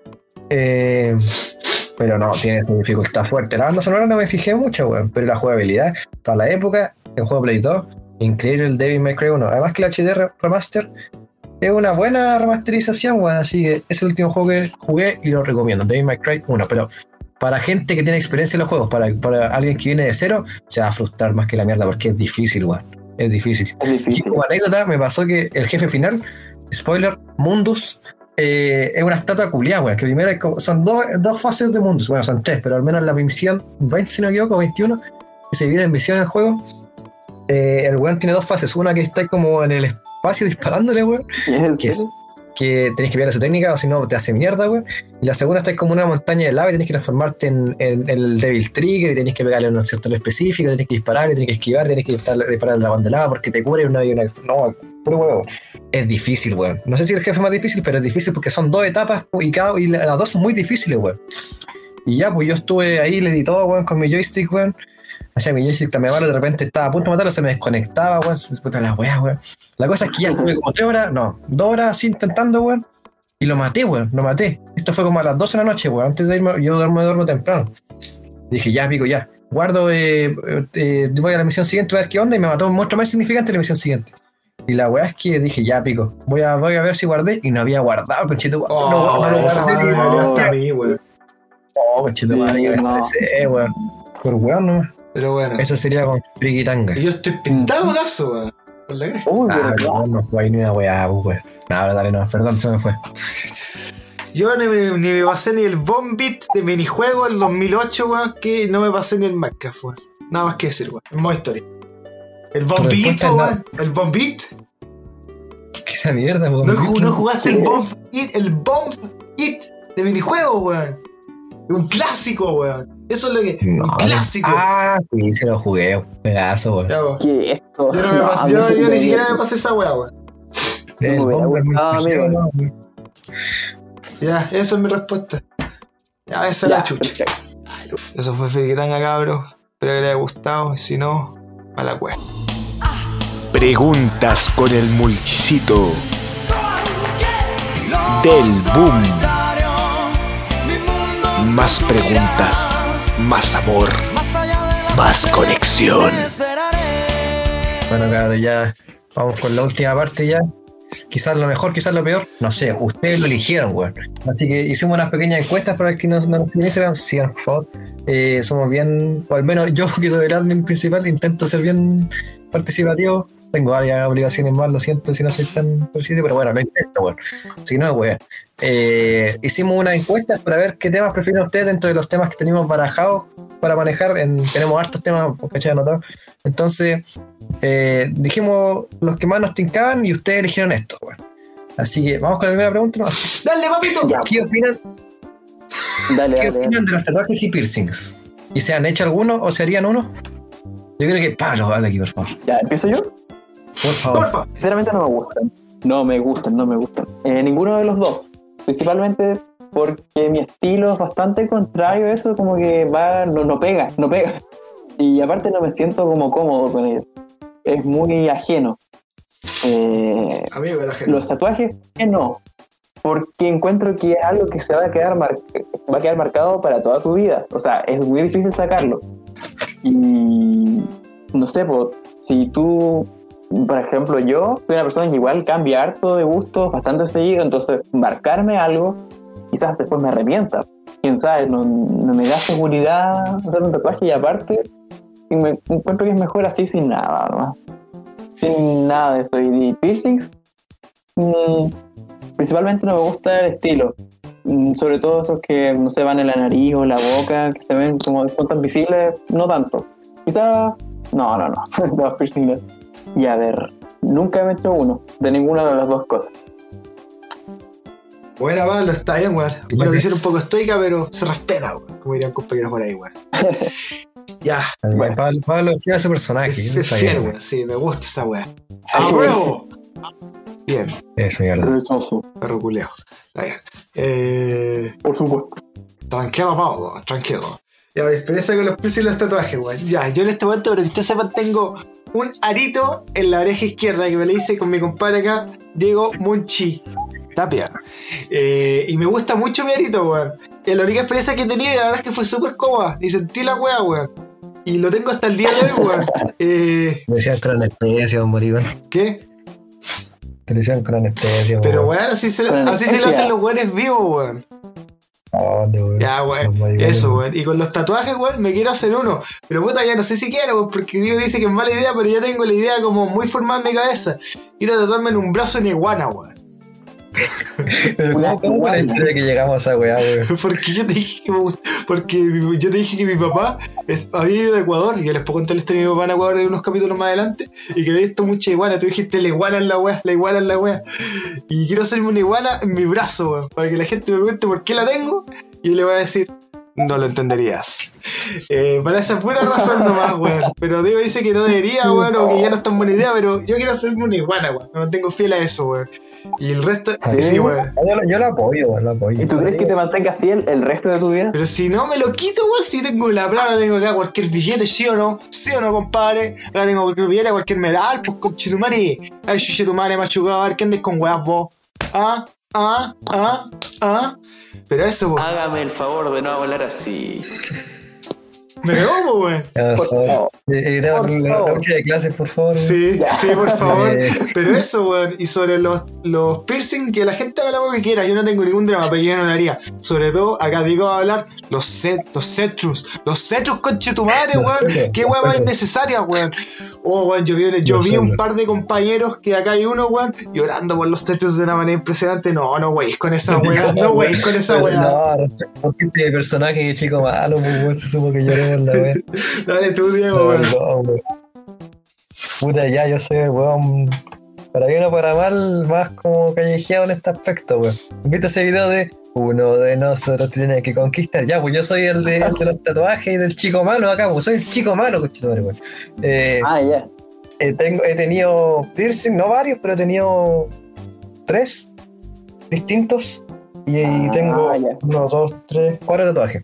Eh, pero no, tiene su dificultad fuerte. La banda sonora no me fijé mucho, weón, pero la jugabilidad, para la época, el juego Play dos, increíble el Devil May Cry uno. Además que el H D Remaster es una buena remasterización, weón, así que es el último juego que jugué y lo recomiendo, Devil May Cry uno, pero para gente que tiene experiencia en los juegos, para, para alguien que viene de cero, se va a frustrar más que la mierda porque es difícil, weón. Es difícil. Es difícil. Y como anécdota, me pasó que el jefe final, spoiler, Mundus, eh, es una estatua culiada, weón. Que primero es como, son dos, dos fases de Mundus, bueno, son tres, pero al menos la misión veinte, si no me equivoco, veintiuno, que se divide en misión en el juego. Eh, el weón tiene dos fases, una que está como en el espacio disparándole, weón. ¿Es que es que tenés que pillar su técnica o si no te hace mierda, weón. Y la segunda está como una montaña de lava y tenés que transformarte en, en, en el Devil Trigger y tenés que pegarle a un sector específico, tenés que disparar, tenés que esquivar, tenés que estar, disparar al dragón de lava porque te cubre una y una. No, puro huevo. Es difícil, weón. No sé si el jefe es más difícil, pero es difícil porque son dos etapas y, cada, y las dos son muy difíciles, weón. Y ya, pues yo estuve ahí, le di todo, weón, con mi joystick, weón. O sea, mi joystick también malo, de repente estaba a punto de matarlo, se me desconectaba, weón. Puta la weá, weón. La cosa es que ya estuve como tres horas, no, dos horas así intentando, weón. Y lo maté, weón, lo maté. Esto fue como a las doce de la noche, weón. Antes de irme, yo duermo, duermo temprano. Dije, ya, pico, ya. Guardo, eh, eh, voy a la misión siguiente a ver qué onda y me mató un monstruo más significante en la misión siguiente. Y la weá es que dije, ya, pico, voy a, voy a ver si guardé y no había guardado, conchito. Oh, no, no, no, no, no, hasta a mí, weón. Oh, conchito, madre, que me estresé, weón. Por weón nomás. Pero bueno. Eso sería con Frikitanga. Y yo estoy pintado, caso, weón. Por la gracia. Uy, Ah, pero no, no fue ahí ni una weá, weón. No, ahora dale, no, perdón, se me fue. Yo ni me, ni me pasé ni el Bombit de minijuego del dos mil ocho, weón, que no me pasé ni el Minecraft, weón. Nada más que decir, weón. En modo historia. El Bombit, respuesta es weón. El Bombit. ¿Qué esa mierda, weón? No, ju- no jugaste el Bomb It, el Bomb It de minijuego, weón. Un clásico, weón. Eso es lo que. No, un clásico. Ah, sí, se lo jugué, un pedazo, weón. Ya, weón. ¿qué es esto? Yo, no me No, pasé- a mí yo, yo me- ni siquiera me pasé esa weá, weón. El me hubiera bomber muy gustado, pisero, amigo. no, weón. Ya, eso es mi respuesta. Ya, esa es Ya, la chucha. perfecto. Eso fue Frikitanga, cabros. Espero que les haya gustado. Y si no, a la cueva. Preguntas con el mulchicito del boom. Más preguntas, más amor, más conexión. Bueno, cabrón, ya vamos con la última parte ya. Quizás lo mejor, quizás lo peor. No sé, ustedes lo eligieron, weón. Así que hicimos unas pequeñas encuestas para que nos, nos Instagram. Sigan, por favor. Eh, somos bien, o al menos yo, que soy el admin principal, intento ser bien participativo. Tengo varias obligaciones más, lo siento si no soy tan consciente, pero bueno, lo intento, weón. Si no, weón. Eh, hicimos unas encuestas para ver qué temas prefieren ustedes dentro de los temas que tenemos barajados para manejar. En, tenemos hartos temas, ¿cachai? Anotados. Entonces, eh, dijimos los que más nos tincaban y ustedes eligieron estos, weón. Así que vamos con la primera pregunta, ¿no? ¡Dale, papito! ¿Qué opinan, Dale, ¿qué dale, opinan dale. de los tatuajes y piercings? ¿Y se han hecho algunos o se harían uno? Yo creo que Pablo, dale aquí, por favor. Ya, ¿empiezo yo? Por favor. ¡Porfa! Sinceramente no me gustan. No me gustan, no me gustan. Eh, ninguno de los dos. Principalmente porque mi estilo es bastante contrario a eso, como que va, no, no pega, no pega. Y aparte no me siento como cómodo con él. Es muy ajeno. Eh, Amigo de la gente. los tatuajes, que no. Porque encuentro que es algo que se va a quedar mar- va a quedar marcado para toda tu vida. O sea, es muy difícil sacarlo. Y no sé, pues, si tú, por ejemplo, yo soy una persona que igual cambia harto de gustos bastante seguido, entonces marcarme algo, quizás después me arrepienta. Quién sabe, no, no me da seguridad hacer un tatuaje y aparte y me encuentro que es mejor así sin nada, ¿no? Sin nada de eso. Y piercings, mmm, principalmente no me gusta el estilo. Mm, sobre todo esos que no se van en la nariz o en la boca, que se ven como son tan visibles, no tanto. Quizá, no, no, no, los piercings no. Y a ver, nunca he hecho uno, de ninguna de las dos cosas. Buena, Pablo, está bien, weón. Una visión un poco estoica, pero se respeta, weón. Como dirían compañeros por ahí, weón. Ya. Bueno, Pablo, Pablo fiel a su personaje. Es Está fiel, bien. weón. Sí, me gusta esa weá. Sí. ¡Apruebo! Bien, Eso, mierda. Rechazo, perro culeo. Está bien. Eh. por supuesto. Tranquilo, Pablo, tranquilo. Ya, me experiencia con los piercings y los tatuajes, weón. Ya, yo en este momento, para que ustedes sepan, tengo un arito en la oreja izquierda que me lo hice con mi compadre acá, Diego Munchi Tapia. Eh, y me gusta mucho mi arito, weón. Es la única experiencia que he tenido y la verdad es que fue súper cómoda. Y sentí la weá, weón. Y lo tengo hasta el día de hoy, weón. Eh, Me decían con anestesia, don Moribón. ¿Qué? Te decían con anestesia, Pero weón. weón, así se, Con así se lo anestesia. hacen los weones vivos, weón. Oh, de weón. Ya, Los weón. maricones. Eso, weón. Y con los tatuajes, weón, me quiero hacer uno. Pero puta, ya no sé si quiero, weón, porque Diego dice que es mala idea, pero ya tengo la idea como muy formada en mi cabeza. Quiero tatuarme en un brazo en iguana, weón. Pero Una ¿cómo, cómo fue la iguana. historia que llegamos a esa weá, weón? Porque yo te dije que me gusta. porque mi- yo te dije que mi papá es- había ido a Ecuador, y yo les puedo contar la historia de mi papá en Ecuador de unos capítulos más adelante, y que había visto mucha iguana. Tú dijiste la iguana en la wea, la iguana en la wea. Y quiero hacerme una iguana en mi brazo, weón, para que la gente me pregunte por qué la tengo, y yo le voy a decir, no lo entenderías. Eh, para esa pura razón nomás, weón. Pero Diego dice que no debería, weón, o que ya no es tan buena idea, pero yo quiero hacerme una iguana, weón. Me mantengo fiel a eso, weón. Y el resto, sí, ¿Sí? weón. Yo, lo- yo lo apoyo, weón, lo apoyo. ¿Y tú crees que te mantengas fiel el resto de tu vida? Pero si no me lo quito, weón, si tengo la plata, tengo acá cualquier billete, ¿sí o no? ¿Sí o no, compadre? Acá tengo cualquier billete, cualquier medal, pues, conchetumare. Ay, chuchetumare, machucado, a ver qué andes con weas vos. Ah, ah, ah, ah. Pero eso, weón. Hágame el favor de no hablar así. Me pegó, po, weón. Ya, por favor. Eh, eh, dame Por la, favor. la última de clases, por favor. Sí, sí, por favor. Eh. Pero eso, weón. Y sobre los, los piercing, que la gente haga la weá que quiera. Yo no tengo ningún drama, pero yo no lo haría. Sobre todo, acá digo a hablar, los set, los cetrus. Los cetrus, conche tu madre, weón. Qué weá más innecesaria, weón. Oh, weón, yo vi, yo vi un par de compañeros que acá hay uno, weón, llorando por los cetrus de una manera impresionante. No, no weís con esa weá. No weís con esa weá. No, ¿por qué este personaje de chico malo, pues, weón? Se supo que lloré por la wea. Dale tú, Diego, No, weón. no, weón. Puta, ya, yo soy el weón. Para bien o para mal, más como callejeado en este aspecto, weón. ¿Viste ese video de uno de nosotros tiene que conquistar? Ya, pues yo soy el de, el de los tatuajes y del chico malo acá, pues soy el chico malo, conchetumare, weón. Eh, Ah, ya. eh, tengo, he tenido piercing, no varios, pero he tenido tres distintos. Y, y Ah, tengo ya. uno, dos, tres, cuatro tatuajes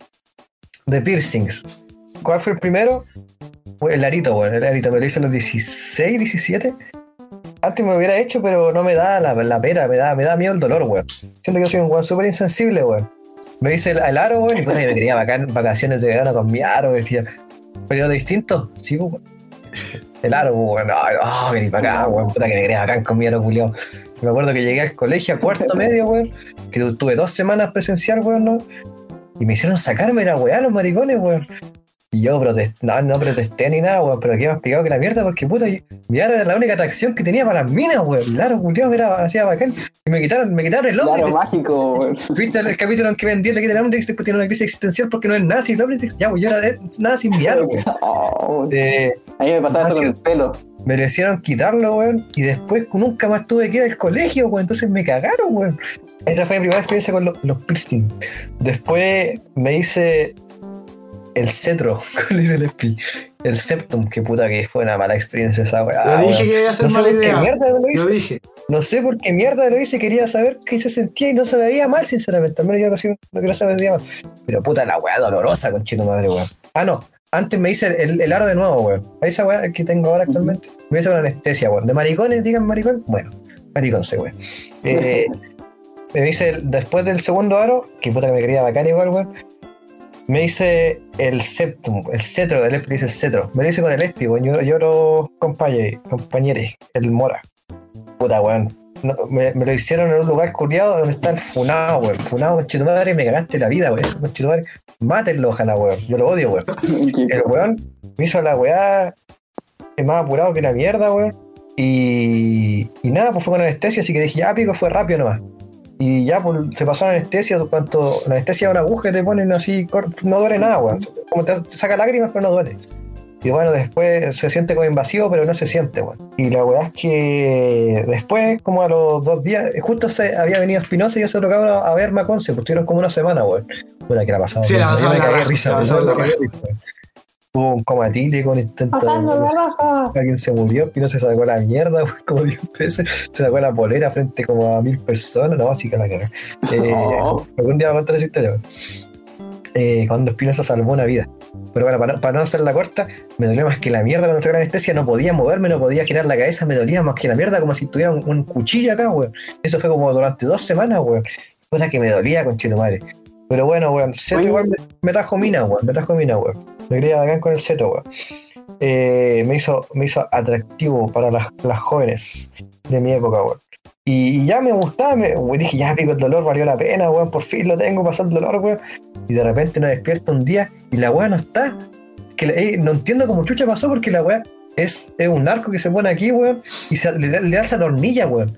de piercings. ¿Cuál fue el primero? Fue el arito, weón. El arito me lo hice a los dieciséis, diecisiete. Antes me lo hubiera hecho, pero no me da la, la pena, me da, me da miedo el dolor, weón. Siento que yo soy un weón súper insensible, weón. Me hice el, el aro, weón, y puta que me quería bacán, vacaciones de verano con mi aro, decía. ¿Pero de distinto? Sí, pues, weón. El aro, weón. No, oh, quería bacán, weón. Puta que me quería bacán con mi aro, culiao. Me acuerdo que llegué al colegio a cuarto medio, weón. Que tuve dos semanas presencial, weón, ¿no? Y me hicieron sacarme la weá los maricones, weón. Y yo protesté, no, no protesté ni nada, weón, pero aquí me has picado que la mierda, porque puta, yo- mi aro era la única atracción que tenía para las minas, weón. El aro culiao era hacía bacán. Y me quitaron, me quitaron el hombre. Claro, mágico, weón. ¿Viste el, el capítulo en que vendía le quitan el hombre y después tiene una crisis existencial porque no es nazi? El hombre dice, ya, pues yo era de- nazi en mi aro, weón. Oh, Eh, a mí me pasaba eso con el Mágico. pelo. me le hicieron quitarlo, weón, y después nunca más tuve que ir al colegio, weón, entonces me cagaron, weón. Esa fue mi primera experiencia con lo- los piercing. Después me hice el cetro, ¿cómo le dice el espi? El septum, que puta que fue una mala experiencia esa weá. Yo dije weón. que iba a ser No sé mala por qué idea. mierda me lo hice. Lo dije. No sé por qué mierda lo hice, quería saber qué se sentía y no se veía mal, sinceramente. Al menos yo casi no quería saber si se veía mal. Pero puta la weá dolorosa, conchito madre, weón. Ah, no. Antes me hice el, el aro de nuevo, weón. A esa weá que tengo ahora actualmente. Me hice una anestesia, weón. ¿De maricones, digan maricón? Bueno, maricón soy, weón. Eh, me hice el- después del segundo aro, que puta que me quería bacán igual, weón. Me hice el septum, el cetro, del Espi dice el cetro. Me lo hice con el Espi, weón. Yo, yo los compañeros, compañeros, el Mora. Puta, weón. No, me, me lo hicieron en un lugar curioso donde está el funado, weón. Funado, conchetumadre, me cagaste la vida, weón. Conchetumadre, mátenlo, ojalá, weón. Yo lo odio, weón. El weón me hizo la weá es más apurado que la mierda, weón. Y, y nada, pues fue con anestesia, así que dije, ya pico, fue rápido nomás. Y ya, pues se pasó la anestesia, cuanto la anestesia es una aguja que te ponen así, cor- no duele nada, weón. Como te, te saca lágrimas, pero no duele. Y bueno, después se siente como invasivo, pero no se siente, weón. Y la weá es que después, como a los dos días, justo se había venido Espinosa y yo se lo cabrón a ver Maconce, pues estuvieron como una semana, weón. Puta que la pasamos. Sí, bien, la yo pasamos me la cagué de raja, risa, la weón, pasamos me la cagué de risa, weón. Hubo un coma etílico, un intento. Alguien se murió, y no se sacó la mierda, weón, como diez veces. Se sacó la polera frente como a mil personas. No, así que la cara. Eh, Oh. Algún día voy a contar esa historia, weón. Eh, cuando Espinosa salvó una vida. Pero bueno, para no, para no hacer la corta, me dolió más que la mierda cuando entré la anestesia. No podía moverme, no podía girar la cabeza, me dolía más que la mierda, como si tuviera un, un cuchillo acá, weón. Eso fue como durante dos semanas, weón. Cosa que me dolía, conchito madre. Pero bueno, weón, Zeto Oye. igual me, me trajo mina, weón, me trajo mina, weón. Me quería bacán con el Zeto, weón. Eh, me, hizo, me hizo atractivo para las, las jóvenes de mi época, weón. Y, y ya me gustaba, me, weón, dije, ya pico, el dolor valió la pena, weón, por fin lo tengo, pasó el dolor, weón. Y de repente me despierto un día y la weá no está. Que la- eh, no entiendo cómo chucha pasó porque la weá es, es un arco que se pone aquí, weón, y se, le, le da esa tornilla, weón.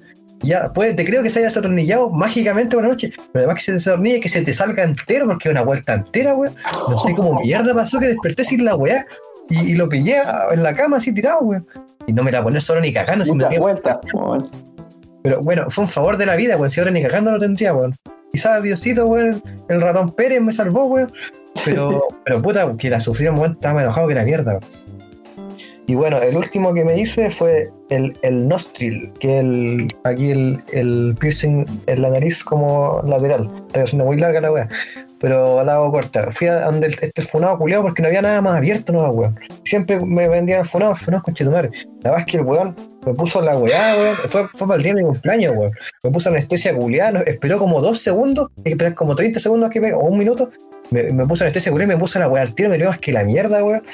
Ya, pues te creo que se haya desatornillado mágicamente por la noche, pero además que se desatornille, que se te salga entero, porque es una vuelta entera, weón. No sé cómo mierda pasó que desperté sin la weá y, y lo pillé en la cama así tirado, weón. Y no me la voy a poner solo ni cagando. Muchas sin vueltas, weón. Pero bueno, fue un favor de la vida, weón. Si ahora ni cagando lo tendría, weón. Quizás Diosito, weón, el ratón Pérez me salvó, weón. Pero, pero puta, que la sufrí un momento, estaba más enojado que la mierda, weón. Y bueno, el último que me hice fue el, el nostril, que el aquí el, el piercing en la nariz como lateral. Está haciendo muy larga la weá, pero al lado corta. Fui a donde el, este funado culiado porque no había nada más abierto, no, weón. Siempre me vendían el funado, el funado con chetumare. La verdad es que el weón me puso la weá, weón. Fue, fue para el día de mi cumpleaños, weón. Me puso anestesia culiada, esperó como dos segundos, hay que esperar como treinta segundos que me, o un minuto. Me, me puso anestesia culiada y me puso la weá al tiro, me dio más que la mierda, weón.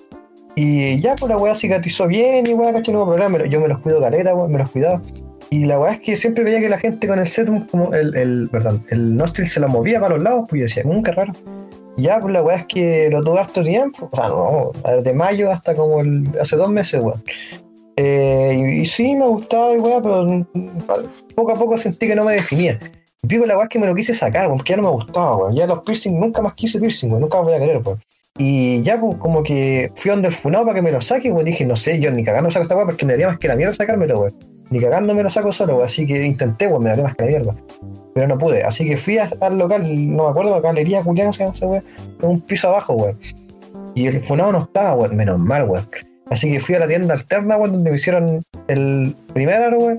Y ya, pues la weá cicatrizó bien y weá, caché, nuevo programa. Yo me los cuido caleta, weón, me los cuidaba. Y la weá es que siempre veía que la gente con el setum, como el, el, perdón, el nostril se la movía para los lados, pues yo decía, nunca raro. Y ya, pues la weá es que lo tuve harto tiempo, o sea, no, de mayo hasta como el, hace dos meses, weón. Eh, y, y sí, me gustaba y weá, pero poco a poco sentí que no me definía. Y pico la weá es que me lo quise sacar, weón, porque ya no me gustaba, weón. Ya los piercing, nunca más quise piercing, weón, nunca más voy a querer, weón. Y ya, pues, como que fui donde el funado para que me lo saque, weón. Dije, no sé, yo ni cagando me saco esta weá porque me daría más que la mierda sacármelo, weón. Ni cagando me lo saco solo, weón. Así que intenté, weón, me daría más que la mierda. Pero no pude. Así que fui al local, no me acuerdo, la galería culiada, se llama esa weón. Un piso abajo, weón. Y el funado no estaba, weón. Menos mal, weón. Así que fui a la tienda alterna, weón, donde me hicieron el primer aro, weón.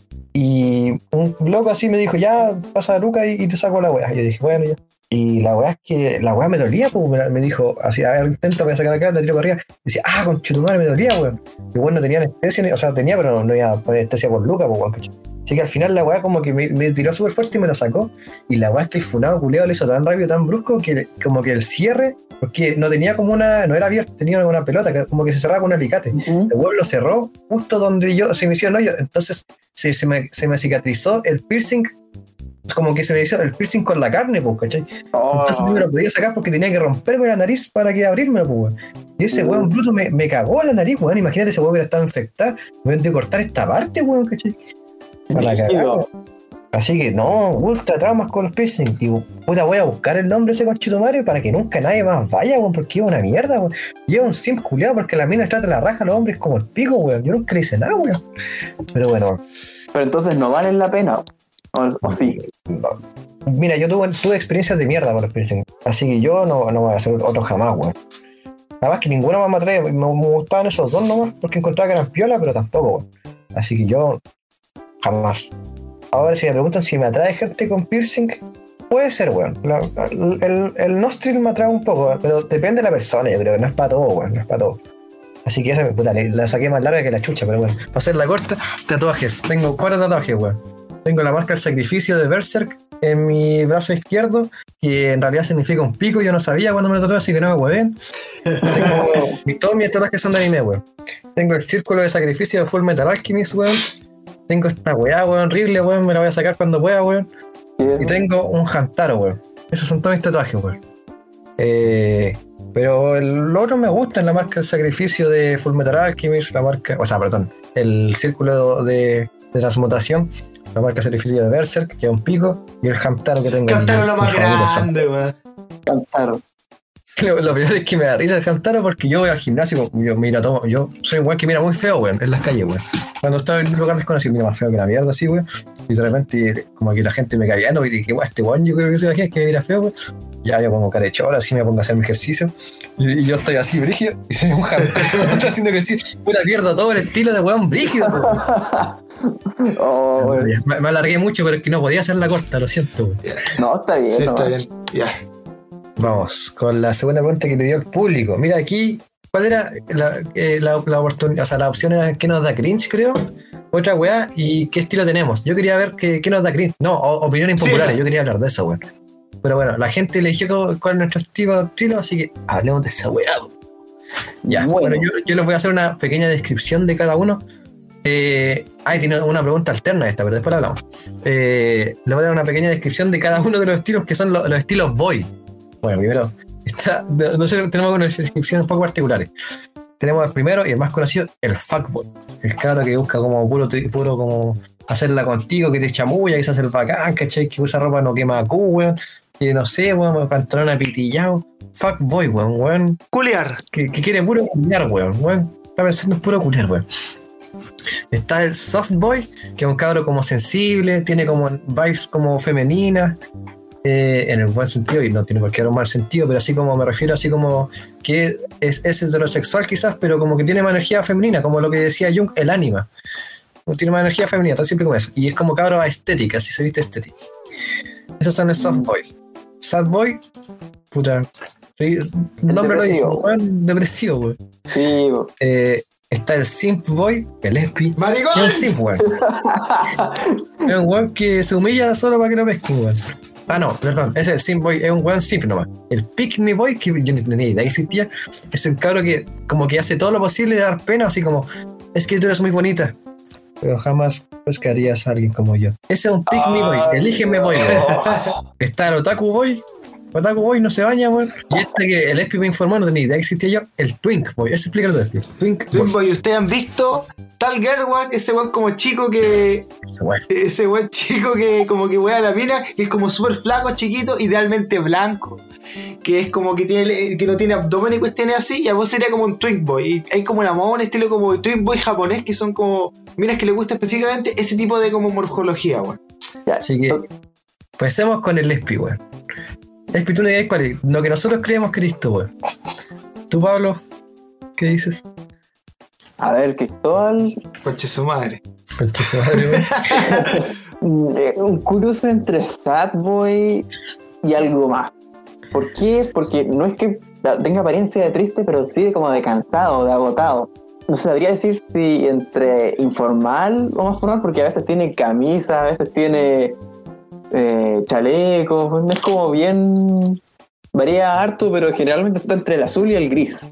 Y un loco así me dijo, ya, pasa a Luca y, y te saco la weá. Yo dije, bueno, ya. Y la weá es que la weá me dolía, pues me, me dijo, así, a ver, intento, voy a sacar acá, le tiro para arriba. Y decía, ah, conchetumare, me dolía, weón. Y bueno, no tenía anestesia, o sea, tenía, pero no, no iba a poner anestesia por Luca, pues weón, caché. Así que al final la weá como que me, me tiró súper fuerte y me la sacó. Y la weá es que el funado culiado lo hizo tan rápido, tan brusco, que como que el cierre, porque no tenía como una, no era abierto, tenía una pelota, que como que se cerraba con un alicate. Uh-huh. El weón lo cerró justo donde yo, se me hicieron hoyo. Entonces se, se, me, se me cicatrizó el piercing, como que se me hizo el piercing con la carne, pues, ¿cachai? Oh. Entonces no me lo podía sacar porque tenía que romperme la nariz para que abrirme, pues, y ese weón bruto me, me cagó la nariz, weón. Imagínate, ese weón hubiera estado infectado, me voy a cortar esta parte, weón, ¿cachai? Para la cagada. Así que no, ultra traumas con los piercing. Y puta, voy a buscar el nombre de ese conchetumare para que nunca nadie más vaya, weón, porque es una mierda, weón. Y es un simp culiado porque la mina trata la raja a los hombres como el pico, weón. Yo nunca le hice nada, weón. Pero bueno. Pero entonces no valen la pena. O, o sí. No. Mira, yo tuve, tuve experiencias de mierda con los piercing. Así que yo no, no voy a hacer otro jamás, weón. Además que ninguno más me atrae. Me, me gustaban esos dos nomás porque encontraba que eran piola, pero tampoco, weón. Así que yo jamás. Ahora si me preguntan si me atrae gente con piercing, puede ser, weón. La, el, el, el nostril me atrae un poco, pero depende de la persona, yo creo. No es para todo, weón. No es para todo. Así que esa, puta, la saqué más larga que la chucha, pero bueno. Para hacer la corta, tatuajes. Tengo cuatro tatuajes, weón. Tengo la marca del sacrificio de Berserk en mi brazo izquierdo, que en realidad significa un pico. Yo no sabía cuando me lo tatué, así que no me hueven. Tengo, todos mis tatuajes son de anime, weón. Tengo el círculo de sacrificio de Full Metal Alchemist, weón. Tengo esta weá, weón, horrible, weón. Me la voy a sacar cuando pueda, weón. Y tengo un Hamtaro, weón. Esos son todos mis tatuajes, weón. Eh, pero el otro me gusta, la marca del sacrificio de Full Metal Alchemist, la marca, o sea, perdón, el círculo de, de transmutación. La marca sacrificio de Berserk, que es un pico, y el Hamtaro que tengo. Hamtaro lo más grande, weón. Hamtaro. Lo, lo peor es que me da risa el Hamtaro porque yo voy al gimnasio, yo mira todo, yo soy un weón que mira muy feo, weón, en las calles, weón. Cuando estaba en un lugar desconocido, mira más feo que la mierda, así, weón. Y de repente, como que la gente me cae viendo y dije, weón, este weón, yo creo que soy la gente que me mira feo, weón. Ya yo pongo cara de chola, así me pongo a hacer mi ejercicio. Y, y yo estoy así, brígido, y soy un Hamtaro, estoy haciendo ejercicio. Puta, pierdo todo el estilo de weón brígido, weón. Oh, weón. Me, me alargué mucho, pero es que no podía hacerla corta, lo siento, weón. No, está bien. Sí, no, está bien, ya. Vamos, con la segunda pregunta que le dio el público. Mira, aquí, ¿cuál era la, eh, la, la oportunidad? O sea, la opción era ¿qué nos da cringe, creo? Otra weá, ¿y qué estilo tenemos? Yo quería ver qué, qué nos da cringe. No, o, opiniones impopulares, sí, yo quería hablar de eso, weón. Pero bueno, la gente eligió cuál es nuestro estilo, estilo, así que hablemos de esa weá. Ya, bueno, bueno yo, yo les voy a hacer una pequeña descripción de cada uno. Eh, ay, tiene una pregunta alterna esta, pero después la hablamos. Eh, les voy a dar una pequeña descripción de cada uno de los estilos que son los, los estilos boy. Bueno, primero, está, no sé, tenemos unas descripciones un poco particulares. Tenemos el primero y el más conocido, el fuckboy. El cabro que busca como puro, puro como hacerla contigo, que te chamulla, que se hace el bacán, ¿cachai? Que usa ropa no quema cu, weón. Que no sé, weón, pantalón apitillado. Fuck boy, weón, weón. Culiar. Que, que quiere puro culiar, weón, weón. Está pensando en puro culiar, weón. Está el soft boy, que es un cabro como sensible, tiene como vibes como femeninas, eh, en el buen sentido, y no tiene cualquier mal sentido, pero así como me refiero, así como que es, es heterosexual quizás, pero como que tiene más energía femenina, como lo que decía Jung, el ánima. Tiene más energía femenina, tan simple como eso. Y es como cabro estética, si se viste estética. Esos son el soft boy. Sad boy, puta. Sí, el nombre lo dice, weón, depresivo, weón. Sí, weón. Eh, está el simp boy, el espi. ¡Maricón! Es un simp, weón. Es un weón que se humilla solo para que lo pesquen, weón. Ah, no, perdón, ese es el simp boy, es un weón simp nomás. El pick me boy, que yo no tenía idea que existía, es un cabro que como que hace todo lo posible de dar pena, así como, es que tú eres muy bonita, pero jamás pescarías a alguien como yo. Ese es un pick me boy, elígeme boy, weón. Está el otaku boy. Otaku Boy no se baña, weón. Y este que el Espi me informó, no tenía idea que existía yo, el Twink Boy. Eso explica lo de Espi. Twink, Twink Boy. Boy, ¿ustedes han visto tal girl, weón? Ese weón como chico que... Ese weón chico que como que weá la mina, que es como súper flaco, chiquito, idealmente blanco. Que es como que tiene que no tiene abdomen y cuestiones así. Y a vos sería como un Twink Boy. Y hay como una moda, un estilo como Twink Boy japonés, que son como... Miras que le gusta específicamente ese tipo de como morfología, weón. Así que... Empecemos con el Espi, weón. Espi, tú no digas cuál es, lo que nosotros creemos que eres tú, weón. Tú, Pablo, ¿qué dices? A ver, Cristóbal. Conche su madre. Conche su madre, weón. Un cruce entre sad boy y algo más. ¿Por qué? Porque no es que tenga apariencia de triste, pero sí de como de cansado, de agotado. No sabría decir si entre informal o más formal, porque a veces tiene camisa, a veces tiene... Eh, chalecos, es como bien, varía harto, pero generalmente está entre el azul y el gris.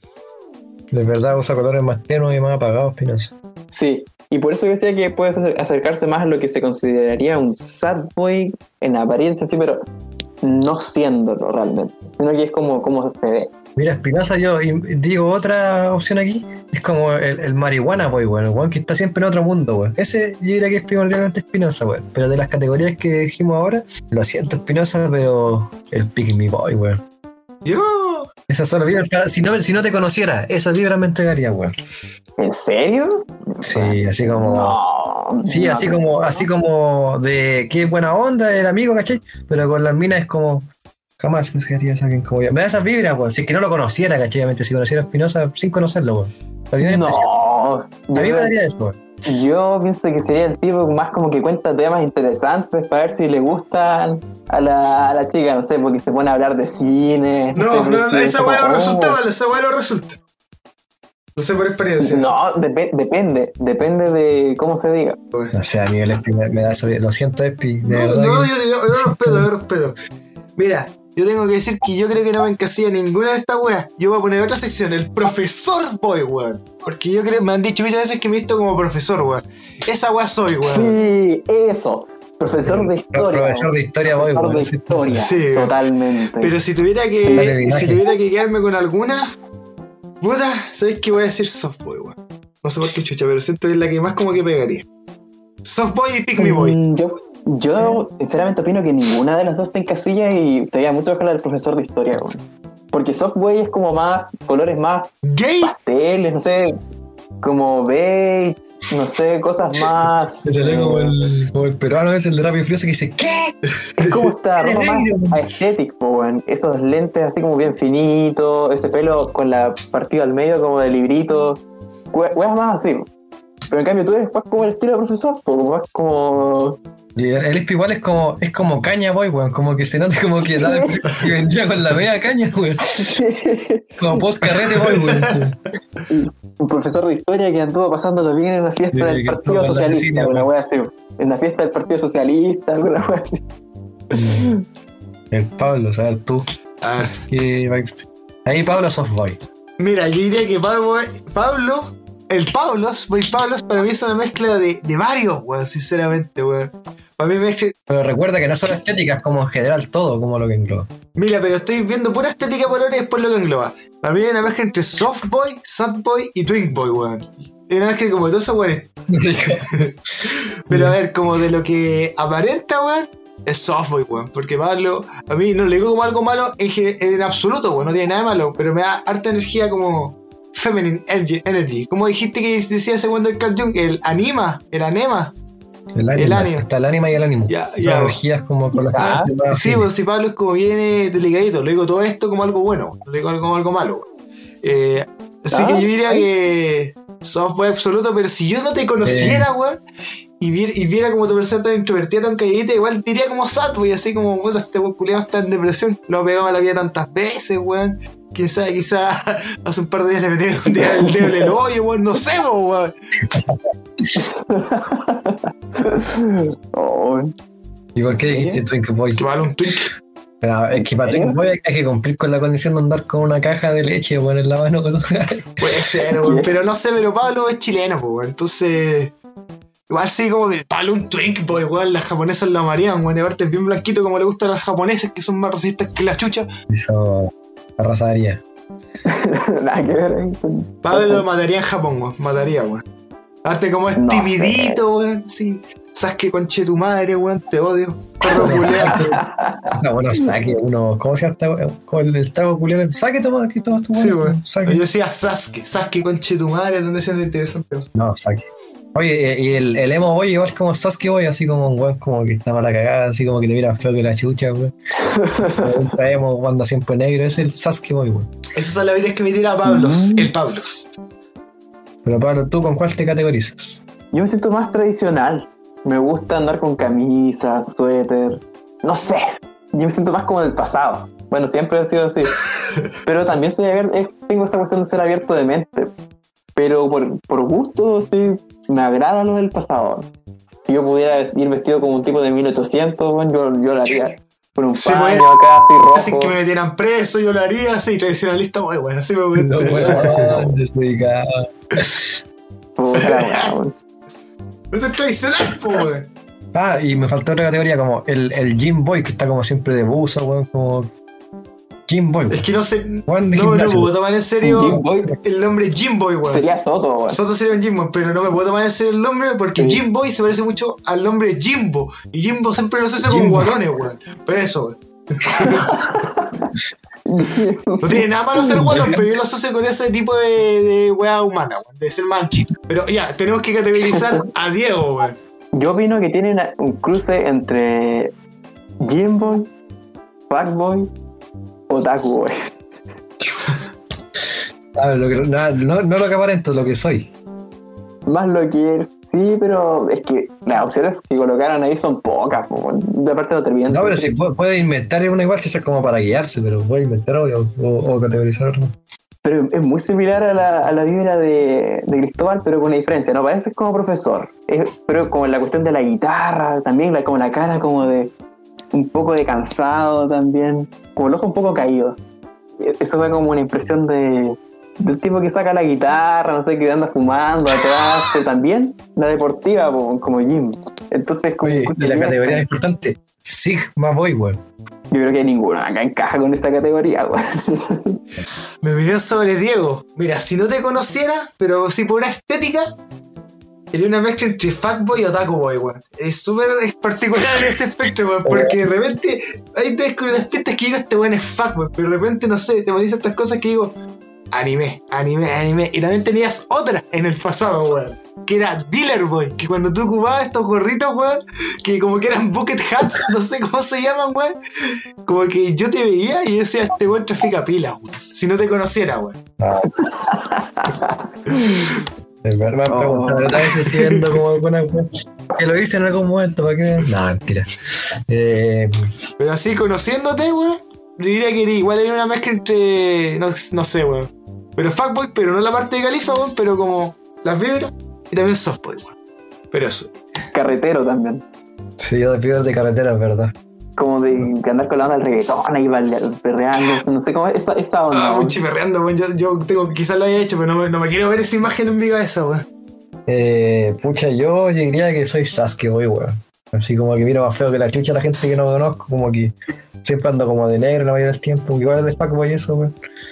De verdad usa colores más tenues y más apagados, Pinoza. Sí, y por eso yo decía que puedes acercarse más a lo que se consideraría un sad boy en apariencia, sí, pero no siéndolo realmente, sino que es como, como se ve. Mira, Espinosa, yo digo otra opción aquí, es como el, el marihuana boy, weón, el weón que está siempre en otro mundo, weón. Ese yo diría que es primordialmente Espinosa, weón. Pero de las categorías que dijimos ahora, lo siento Espinosa, pero el pick me boy, weón. Yo. Esas son las vibras, si no, si no te conociera, esas vibras me entregaría, weón. ¿En serio? Sí, así como... No, sí, no, así no. como así como de qué buena onda el amigo, ¿cachai? Pero con las minas es como... Jamás me sacaría a alguien como yo. Me da esas vibras, weón. Si es que no lo conociera, ¿cachai? Obviamente, si conociera a Espinosa sin conocerlo, weón. No. A mí me daría eso, weón. Yo pienso que sería el tipo más como que cuenta temas interesantes para ver si le gustan a la, a la chica, no sé, porque se pone a hablar de cine. No, no, sé, no, no esa weá no oh. resulta, vale, esa weá no resulta. No sé por experiencia. No, dep- depende, depende de cómo se diga. O sea, a mí el Espi me, me da eso. Lo siento, Espi, de no, verdad. No, que... yo, yo, yo respeto, yo respeto. Mira, yo tengo que decir que yo creo que no me encasilla ninguna de estas weas. Yo voy a poner otra sección, el profesor boy, weón. Porque yo creo, me han dicho muchas veces que me he visto como profesor, weón. Esa wea soy, weón. Sí, eso. Profesor de historia. Profesor de historia, boy, Profesor weón. de historia, Sí, totalmente. Pero si tuviera que, si tuviera que quedarme con alguna, puta, ¿sabes qué voy a decir? Softboy, weón. No sé por qué chucha, pero siento que es la que más como que pegaría. Softboy y Pick Me Boy. Mm, yo, yo sinceramente opino que ninguna de las dos está en casilla y te voy a mucho dejar la del profesor de historia, weón. Porque Softboy es como más, colores más ¿Gay? pasteles, no sé, como beige, no sé, cosas más. Se sale como el, como el peruano es el de Rápido y Furioso que dice ¿qué? Es como esta ropa más aesthetic, weón. Esos lentes así como bien finitos, ese pelo con la partida al medio como de librito, weas más así. Pero en cambio tú eres más como el estilo de profesor, más como... Y el, el Espi igual es como, es como caña boy, weón, como que se nota como que da el, que vendría con la media caña, weón. Como post carrete boy, weón. Un profesor de historia que anduvo pasándolo bien en la fiesta sí, del Partido Socialista, una wea así. En la fiesta del Partido Socialista, alguna wea así. El Pablo, o sea, tú. Ah. ¿Qué va a existir? Ahí Pablo Softboy. Mira, yo diría que Pablo, Pablo el Pablos, Boy Pablos, para mí es una mezcla de, de varios, weón, sinceramente, weón. Para mí mezcla... Pero recuerda que no solo estética, es como en general todo, como lo que engloba. Mira, pero estoy viendo pura estética por ahora y después lo que engloba. Para mí hay una mezcla entre Softboy, Sadboy y Twinkboy, weón. Era más que como todo eso, weón. Pero a ver, como de lo que aparenta, weón, es softboy, weón. Porque Pablo, a mí no le digo como algo malo en, en absoluto, weón. No tiene nada de malo, pero me da harta energía como feminine energy. energy. Como dijiste que decía segundo el Carl Jung, el anima, el anema. El ánimo, el ánimo. Está el ánima y el ánimo. Ya, ya. La energía es como con las ah, cosas. Sí, pues si Pablo es como viene delicadito, le digo todo esto como algo bueno, no le digo algo como algo malo. Eh, así ah, que yo diría ¿sí? que softboy absoluto, pero si yo no te conociera, eh. weón, y, viera, y viera como tu persona tan introvertida, tan calladita, igual diría como sad, weón, así como, puta, este weón culiado está en depresión, lo ha pegado a la vida tantas veces, weón. Quizá, quizá hace un par de días le metieron un día el dedo en el hoyo, weón, no sé, weón. Oh. ¿Y por qué dijiste Twink Boy? Que vale un Twink. Pero es que para Twink Boy hay que cumplir con la condición de andar con una caja de leche, weón, en la mano. Puede ser, weón, pero no sé, pero Pablo es chileno, weón, entonces... Igual sí, como que Pablo un Twink Boy, weón, las japonesas lo amarían, weón, y aparte es bien blanquito como le gustan a las japonesas, que son más racistas que la chucha. Eso... arrasaría. Nada que ver. Pablo lo mataría en Japón, weón. Mataría, weón. Aparte como es no timidito, sé. Weón. Sí. Sasuke, conche tu madre, weón. Te odio. Perro culeado. No, bueno, Sasuke, uno. ¿Cómo se llama? El, el trago culeado. Sasuke, toma, que tomas tu madre. Sí, weón. Yo decía Sasuke. Sasuke, conche tu madre. ¿Dónde se le interesante? No, Sasuke. Oye, y el, el emo boy igual como Sasuke boy, así como un weón como que está mala cagada, así como que te mira feo que la chucha, weón. El emo cuando siempre negro, es el Sasuke boy, weón. Esas son las videos que me tira Pablos, mm. el Pablos. Pero Pablo, ¿tú con cuál te categorizas? Yo me siento más tradicional. Me gusta andar con camisas, suéter. No sé. Yo me siento más como del pasado. Bueno, siempre he sido así. Pero también soy abierto, tengo esa cuestión de ser abierto de mente. Pero por, por gusto, sí, me agrada lo del pasado. Si yo pudiera ir vestido como un tipo de mil ochocientos, bueno, yo, yo lo haría. Con un sí, paño bueno, acá, así rojo. Así que me metieran preso, yo lo haría, así, tradicionalista, muy bueno, así me gusta. No, bueno, desubicado. Eso es tradicional, po, weón. Ah, y me faltó otra categoría, como el, el Gym Boy, que está como siempre de buzo, weón, como... Gym Boy. Es que no sé. Bueno, no, no me puedo tomar en serio el nombre Gym Boy, weón. Sería Soto, weón. Soto sería un Gym Boy, pero no me puedo tomar en serio el nombre porque sí. Gym Boy se parece mucho al nombre Jimbo. Y Jimbo siempre lo asocia con guatones, weón. Por eso, weón. No tiene nada malo ser guatón, pero yo lo asocio con ese tipo de, de weá humana, weón. De ser manchito. Pero ya, tenemos que categorizar a Diego, weón. Yo opino que tiene una, un cruce entre Gym Boy, Fuckboy, Otaku, güey. Ah, lo que, no, no, no lo que aparento, lo que soy. Más lo que sí, pero es que las opciones que colocaron ahí son pocas, po. De parte no terminan. No, pero si sí, puede, puede inventar una igual, si es como para guiarse, pero puede inventar o, o, o categorizarlo. Pero es muy similar a la, a la vibra de, de Cristóbal, pero con una diferencia, ¿no? Parece como profesor. Es, pero como la cuestión de la guitarra, también la, como la cara como de un poco de cansado también, como el ojo un poco caído. Eso da como una impresión de del tipo que saca la guitarra, no sé, que anda fumando atrás, pero también la deportiva, como Jim. Entonces, como oye, y la categoría es importante, Sigma Boy, weón. Yo creo que ninguna acá encaja con esa categoría, weón. Me miró sobre Diego. Mira, si no te conociera, pero si por una estética, sería una mezcla entre fuckboy y otaku boy, weón. Es súper particular en este espectro, weón, porque de repente hay te con las tetas que digo, este weón es fuckboy, pero de repente, no sé, te me dicen estas cosas que digo, anime, anime, anime. Y también tenías otra en el pasado, weón, que era Dealer Boy, que cuando tú ocupabas estos gorritos, weón, que como que eran bucket hats, no sé cómo se llaman, weón, como que yo te veía y yo decía, este weón trafica pilas, weón, si no te conociera, weón. Es verdad, oh. Pero tal vez siendo como alguna que lo hice en algún momento, ¿para qué? No, mentira. Eh... Pero así, conociéndote, weón, yo diría que igual era una mezcla entre, no, no sé, weón, pero fuckboy, pero no la parte de Califa, weón, pero como las vibras, y también softboy, weón. Pero eso. Carretero también. Sí, yo de fibras de carretera, es verdad. Como de andar con la onda del reggaetón ahí perreando, no sé cómo es esa, esa onda. Ah, pinche perreando, weón. Yo, yo tengo, quizás lo haya hecho, pero no me, no me quiero ver esa imagen en mi cabeza, weón. Eh, pucha, yo diría que soy Sasuke Boy, weón. Así como que miro más feo que la chucha a la gente que no conozco, como que siempre ando como de negro la mayoría del tiempo, igual es de fuckboy eso, weón.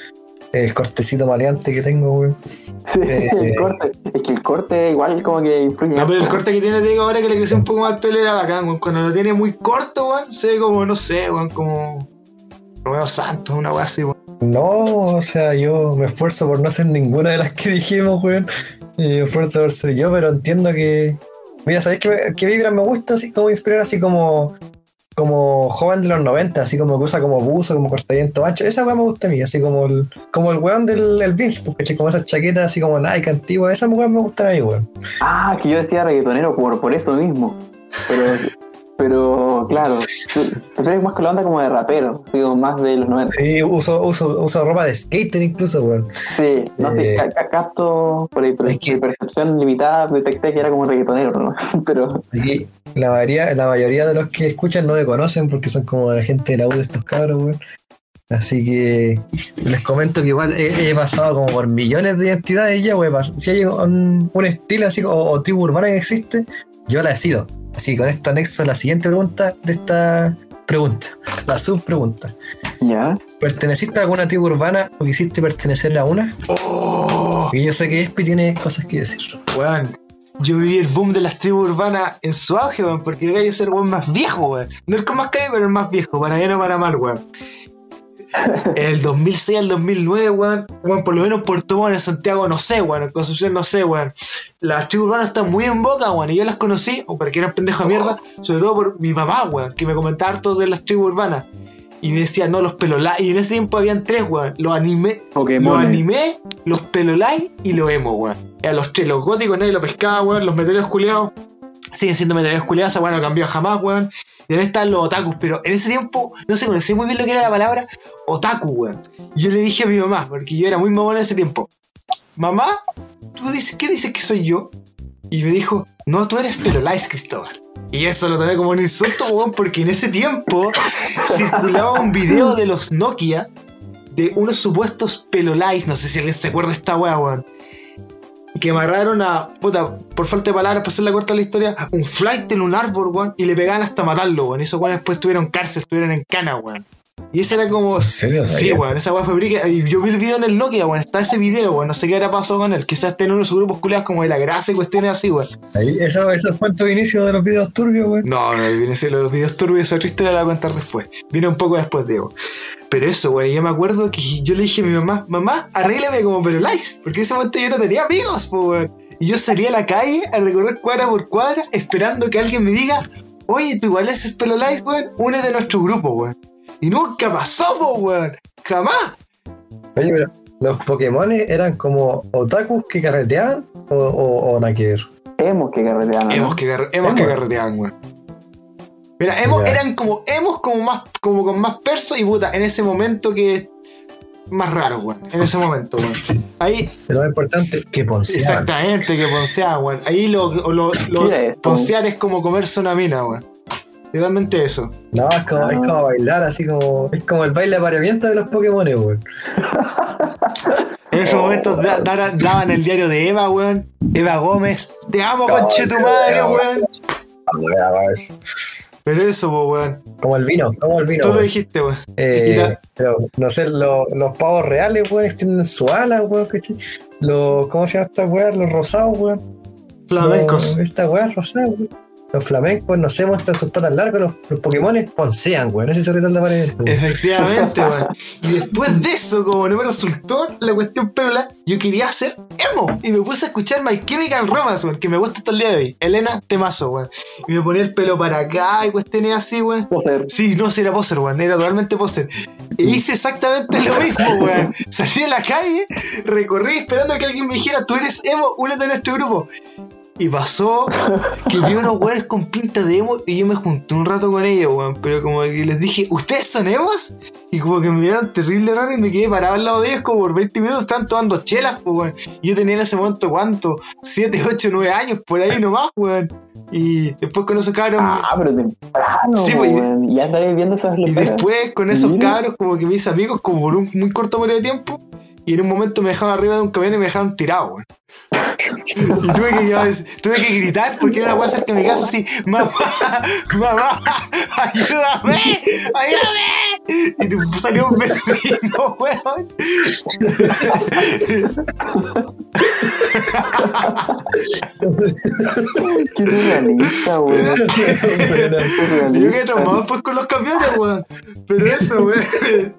el cortecito maleante que tengo, weón. Sí, Eh, el corte. Es que el corte igual como que influye. No, pero el corte que tiene, te digo, ahora que le creció un poco más el pelo era bacán, weón. Cuando lo tiene muy corto, weón, se ve como, no sé, weón, como Romeo Santos, una weá así, weón. No, o sea, yo me esfuerzo por no ser ninguna de las que dijimos, weón. Y me esfuerzo por ser yo, pero entiendo que. Mira, ¿sabéis qué, qué vibra me gusta? Así como inspirar, así como. Como joven de los noventa, así como que usa como buzo, como cortaviento macho. Esa weá me gusta a mí, así como el. Como el weón del el Vince, porque como esas chaquetas así como Nike antigua, esa weá me gusta a mí, weón. Ah, que yo decía reggaetonero por, por eso mismo. Pero, pero claro, tú eres más con la onda como de rapero, digo, más de los noventa. Sí, uso, uso, uso ropa de skater incluso, weón. Sí, no sé, Eh, ca- ca- capto por, ahí, por es que- mi percepción limitada, detecté que era como reggaetonero, ¿no? Pero Y la mayoría, la mayoría de los que escuchan no me conocen porque son como la gente de la U de estos cabros, weón. Así que les comento que igual he, he pasado como por millones de identidades ya, weón. Si hay un, un estilo así o, o tribu urbana que existe, yo la he sido. Así que con esto anexo la siguiente pregunta de esta pregunta, la subpregunta. ya. ¿Perteneciste a alguna tribu urbana o quisiste pertenecer a una? Oh, Porque yo sé que Espi tiene cosas que decir. weón. Yo viví el boom de las tribus urbanas en su auge, weón, porque era yo ser el weón más viejo, weón. No el con más calle, pero el más viejo, para bien o para mal, weón. El dos mil seis al dos mil nueve, weón, weón, por lo menos en Puerto Montt, en Santiago, no sé, weón, en Concepción, no sé, weón. Las tribus urbanas están muy en boca, weón, y yo las conocí, o porque eran pendejos de mierda, sobre todo por mi papá, weón, que me comentaba harto de las tribus urbanas. Y me decía, no, los pelolai. Y en ese tiempo habían tres, weón. Los animé, Pokémon. los animé, los pelolai y los emo, weón. Eran los tres, los góticos, nadie lo pescaba, weón. Los metaleros culiados siguen siendo metaleros culiados, esa weón no cambió jamás, weón. Y ahora están los otakus, pero en ese tiempo no se conocía muy bien lo que era la palabra otaku, weón. Y yo le dije a mi mamá, porque yo era muy mamón en ese tiempo: mamá, ¿tú dices qué dices que soy yo? Y me dijo, no, tú eres pelolais, Cristóbal. Y eso lo tomé como un insulto, weón, porque en ese tiempo circulaba un video de los Nokia de unos supuestos pelolais, no sé si alguien se acuerda de esta weá, weón, que amarraron a, puta, por falta de palabras, para hacer la corta la historia, un flight en un árbol, weón, y le pegaban hasta matarlo, weón. Y esos weones después estuvieron en cárcel, estuvieron en cana, weón. Y ese era como... ¿En serio? Sí, weón, esa weá fue brique. Y yo vi el video en el Nokia, weón, está ese video, weón, no sé qué habrá pasado con él. Quizás tenía unos grupos culiados como de la grasa y cuestiones así, weón. Ahí, eso, eso fue tu inicio de los videos turbios, weón. No, no, vine a los videos turbios, esa otra historia la voy a contar después. Vine un poco después, Diego. Pero eso, weón, y yo me acuerdo que yo le dije a mi mamá, mamá, arréglame como pelolais, porque en ese momento yo no tenía amigos, po, weón. Y yo salí a la calle a recorrer cuadra por cuadra esperando que alguien me diga, oye, tú igual eres pelolais, weón, únete a nuestro grupo, weón. Y nunca pasó, po, weón, jamás. Oye, pero los Pokémon eran como otakus que carreteaban o, o, o nada que ver. Hemos que carretear, ¿no? Hemos que, carre- hemos que carreteaban, weón. Mira, hemos, Ya. eran como, hemos como más, como con más perso y puta, en ese momento que más raro, weón. En ese momento, weón. Ahí, Pero lo importante es que ponceaban. exactamente, que ponceaban, weón. Ahí lo, lo, lo Mira esto. poncear es como comerse una mina, weón. Literalmente eso. No, es como, es como bailar, así como. Es como el baile de apareamiento de los Pokémon, weón. En esos momentos da- da- daban el diario de Eva, weón. Eva Gómez. Te amo, conche tu madre, weón. Pero eso, po, weón. Como el vino, como el vino. Tú lo weón. dijiste, weón. Eh, Y ta- pero, no sé, lo- los pavos reales, weón, extienden su ala, weón, ¿cachai? Los, ¿cómo se llama esta weá? Los rosados, weón. Flamencos. Los- esta weá rosada, weón. Los flamencos, no sé, muestran sus patas largas, los, los Pokémones poncean, weón. Ese es el ritual de apareamiento, weón. Efectivamente, weón. Y después de eso, como no me resultó la cuestión perola, yo quería hacer emo. Y me puse a escuchar My Chemical Romance, weón, que me gusta hasta el día de hoy. Elena, temazo, weón. Y me ponía el pelo para acá y cuestiones así, weón. Poser. Sí, no, sí era poser, weón, era totalmente poser. E hice exactamente lo mismo, weón. Salí a la calle, recorrí esperando que alguien me dijera, tú eres emo, únete a nuestro grupo. Y pasó que vi unos weones con pinta de emo y yo me junté un rato con ellos, weón. Pero como que les dije, ¿ustedes son emos? Y como que me vieron terrible raro y me quedé parado al lado de ellos como por veinte minutos, estaban tomando chelas, pues, weón. Y yo tenía en ese momento, ¿cuánto? siete, ocho, nueve años, por ahí nomás, weón. Y después con esos cabros... Ah, pero temprano, Sí, pues, weón. Y ya andáis viendo esas Y locuras. después con esos Mira. cabros como que mis amigos, como por un muy corto periodo de tiempo, y en un momento me dejaron arriba de un camión y me dejaron tirado, weón. Y tuve que, tuve que gritar porque era una weá cerca de mi casa así, mamá, mamá, ayúdame, ayúdame. Y te salió un vecino, weón. Qué surrealista, weón. Yo quedé traumado pues con los camiones, weón. Pero eso, weón.